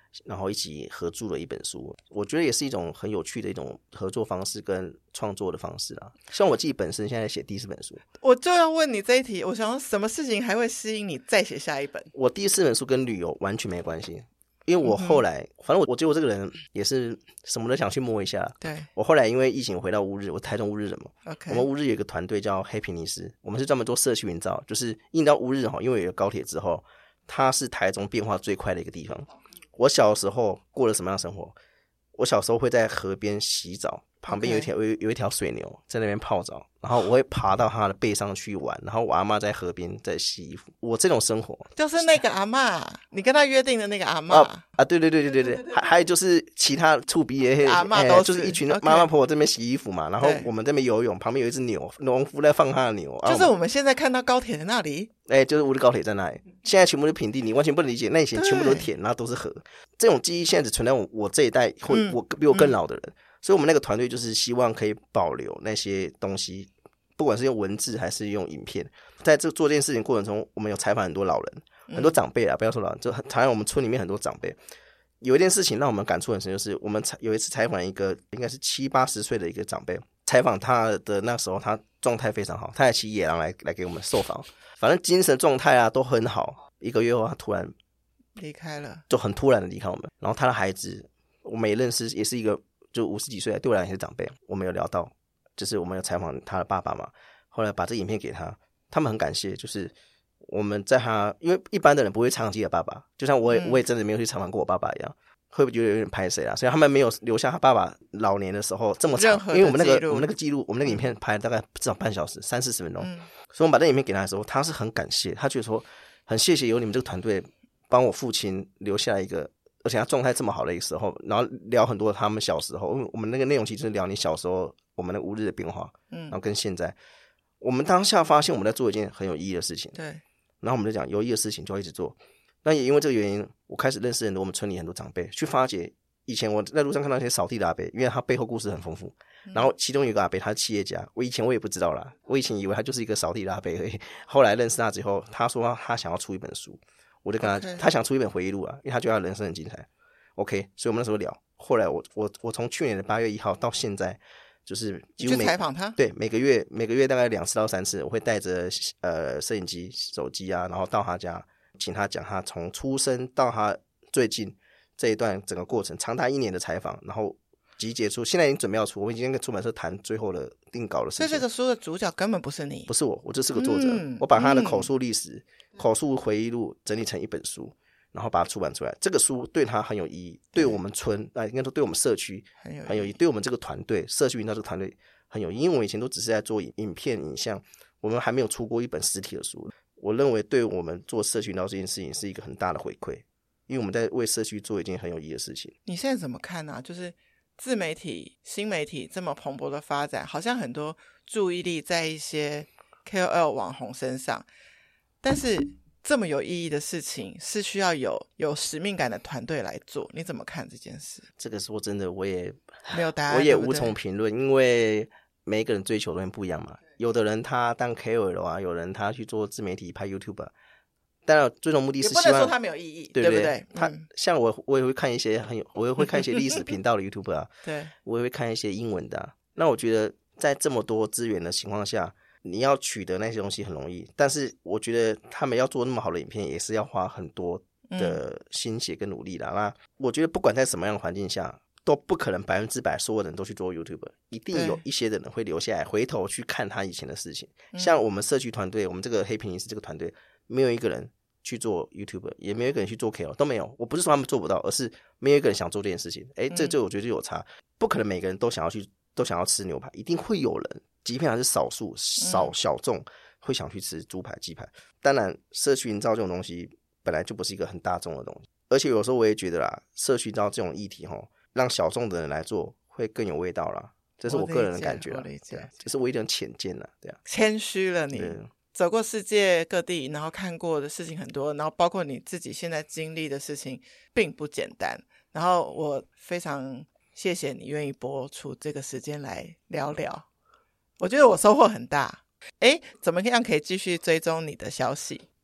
然后一起合著了一本书。我觉得也是一种很有趣的一种合作方式跟创作的方式啦。像我自己本身现在写第四本书， 我就要问你这一题，我想说什么事情还会吸引你再写下一本？ 我第四本书跟旅游完全没关系。因为我后来、嗯、反正 我, 我觉得我这个人也是什么都想去摸一下。 对， 我后来因为疫情回到乌日，我台中乌日人嘛、 okay. 我们乌日有一个团队叫黑皮尼斯，我们是专门做社区营造，就是一到乌日因为有高铁之后，它是台中变化最快的一个地方。我小时候过了什么样的生活？我小时候会在河边洗澡，旁边有一条、okay. 有, 有一条水牛在那边泡澡，然后我会爬到它的背上去玩，然后我阿嬷在河边在洗衣服。我这种生活就是那个阿嬷，你跟他约定的那个阿嬷啊, 啊对对对对对对，还还有就是其他厝边的阿嬷都是、 欸、就是一群妈妈婆婆这边洗衣服嘛， okay. 然后我们这边游泳，旁边有一只牛，农夫在放他的牛， 就是我们现在看到高铁的那里。 哎、欸，就是乌日高铁在那里，现在全部是平地，你完全不能理解，那以前全部都是田，然后都是河。这种记忆现在只存在我我这一代或、嗯、我比我更老的人、嗯，所以我们那个团队就是希望可以保留那些东西，不管是用文字还是用影片。在这做这件事情过程中，我们有采访很多老人、很多长辈啊，不要说老人，就采访我们村里面很多长辈。有一件事情让我们感触很深，就是我们有一次采访一个应该是七八十岁的一个长辈，采访他的那时候他状态非常好，他还骑野狼来来给我们受访，反正精神状态啊都很好。一个月后他突然离开了， 就很突然的离开我们。然后他的孩子我们也认识，也是一个就五十几岁，对我来讲也是长辈，我们有聊到，就是我们有采访他的爸爸嘛，后来把这影片给他，他们很感谢，就是我们在他，因为一般的人不会采访自己的爸爸，就像我也、嗯、我也真的没有去采访过我爸爸一样，会不会觉得有点拍谁啊？所以他们没有留下他爸爸老年的时候这么长，因为我们那个我们那个记录，我们那个影片拍了大概至少半小时，三四十分钟、嗯，所以我们把这影片给他的时候，他是很感谢，他觉得说很谢谢有你们这个团队帮我父亲留下来一个，而且他状态这么好的一个时候，然后聊很多他们小时候，因为我们那个内容其实是聊你小时候我们的乌日的变化，嗯，然后跟现在，我们当下发现我们在做一件很有意义的事情， 对， 然后我们就讲有意义的事情就要一直做。那也因为这个原因，我开始认识很多我们村里很多长辈，去发掘以前我在路上看到一些扫地的阿伯，因为他背后故事很丰富。然后其中有一个阿伯他是企业家，我以前我也不知道啦，我以前以为他就是一个扫地的阿伯而已。后来认识他之后，他说他想要出一本书，我就跟他、okay. 他想出一本回忆录啊，因为他觉得他人生很精彩。OK， 所以我们那时候聊。后来我我我从去年的八月一号到现在，就是几乎每去采访他， 对，每个月每个月大概两次到三次，我会带着呃摄影机、手机啊，然后到他家，请他讲他从出生到他最近这一段整个过程，长达一年的采访，然后集结出，现在已经准备要出，我已经跟出版社谈最后的定稿的事情。 所以这个书的主角根本不是你， 不是我，我就是个作者，嗯、我把他的口述历史、嗯、口述回忆录整理成一本书，然后把它出版出来。这个书对他很有意义，对我们村啊、呃，应该说对我们社区很有很有意义，对我们这个团队社区营造这个团队很有意义。因为我以前都只是在做影片影像，我们还没有出过一本实体的书。我认为对我们做社区营造这件事情是一个很大的回馈，因为我们在为社区做一件很有意义的事情。 你现在怎么看啊？就是自媒体、新媒体这么蓬勃的发展，好像很多注意力在一些 K O L 网红身上，但是这么有意义的事情是需要有有使命感的团队来做，你怎么看这件事？ 这个说真的我也没有答案， 我也无从评论，因为每一个人追求的东西不一样嘛。有的人他当 K O L 啊，有人他去做自媒体拍 YouTube， 当然最终目的是希望， 也不能说他没有意义， 对不对？ 对不对？ 他、嗯、像我我也会看一些很有，我也会看一些历史频道的 YouTube 啊， 对， 我也会看一些英文的、啊。那我觉得在这么多资源的情况下，你要取得那些东西很容易，但是我觉得他们要做那么好的影片，也是要花很多的心血跟努力的、嗯。那我觉得不管在什么样的环境下，都不可能百分之百所有人都去做 YouTube， 一定有一些人会留下来回头去看他以前的事情。像我们社区团队，我们这个黑屏影视这个团队，没有一个人去做 YouTube， 也没有一个人去做 K O L， 都没有。我不是说他们做不到，而是没有一个人想做这件事情。诶，这这我觉得就有差，不可能每个人都想要去都想要吃牛排，一定会有人，即便还是少数少小众会想去吃猪排鸡排。当然社区营造这种东西本来就不是一个很大众的东西，而且有时候我也觉得啦，社区营造这种议题齁，让小众的人来做会更有味道啦，这是我个人的感觉啦，这是我一点浅见啦，对啊， 谦虚了你，走过世界各地，然后看过的事情很多，然后包括你自己现在经历的事情并不简单，然后我非常谢谢你愿意播出这个时间来聊聊，我觉得我收获很大。诶，怎么样可以继续追踪你的消息？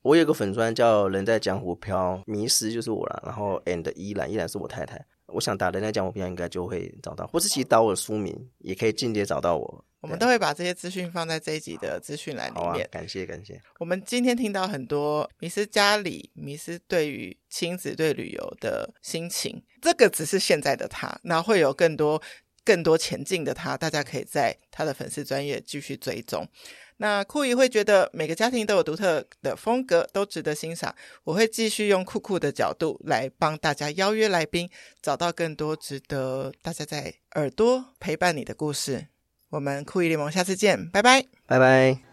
我有个粉专叫人在江湖飘，迷失就是我啦，然后 and 依兰，依兰是我太太。我想打人在江湖飘应该就会找到，或是其实打我的书名也可以间接找到我。 我们都会把这些资讯放在这一集的资讯栏里面。好啊， 感谢感谢。 我们今天听到很多迷思家里，迷思对于亲子对旅游的心情，这个只是现在的他，那会有更多更多前进的他，大家可以在他的粉丝专页继续追踪。那酷姨会觉得每个家庭都有独特的风格，都值得欣赏。我会继续用酷酷的角度来帮大家邀约来宾，找到更多值得大家在耳朵陪伴你的故事。我们酷姨联盟下次见，拜拜， 拜拜。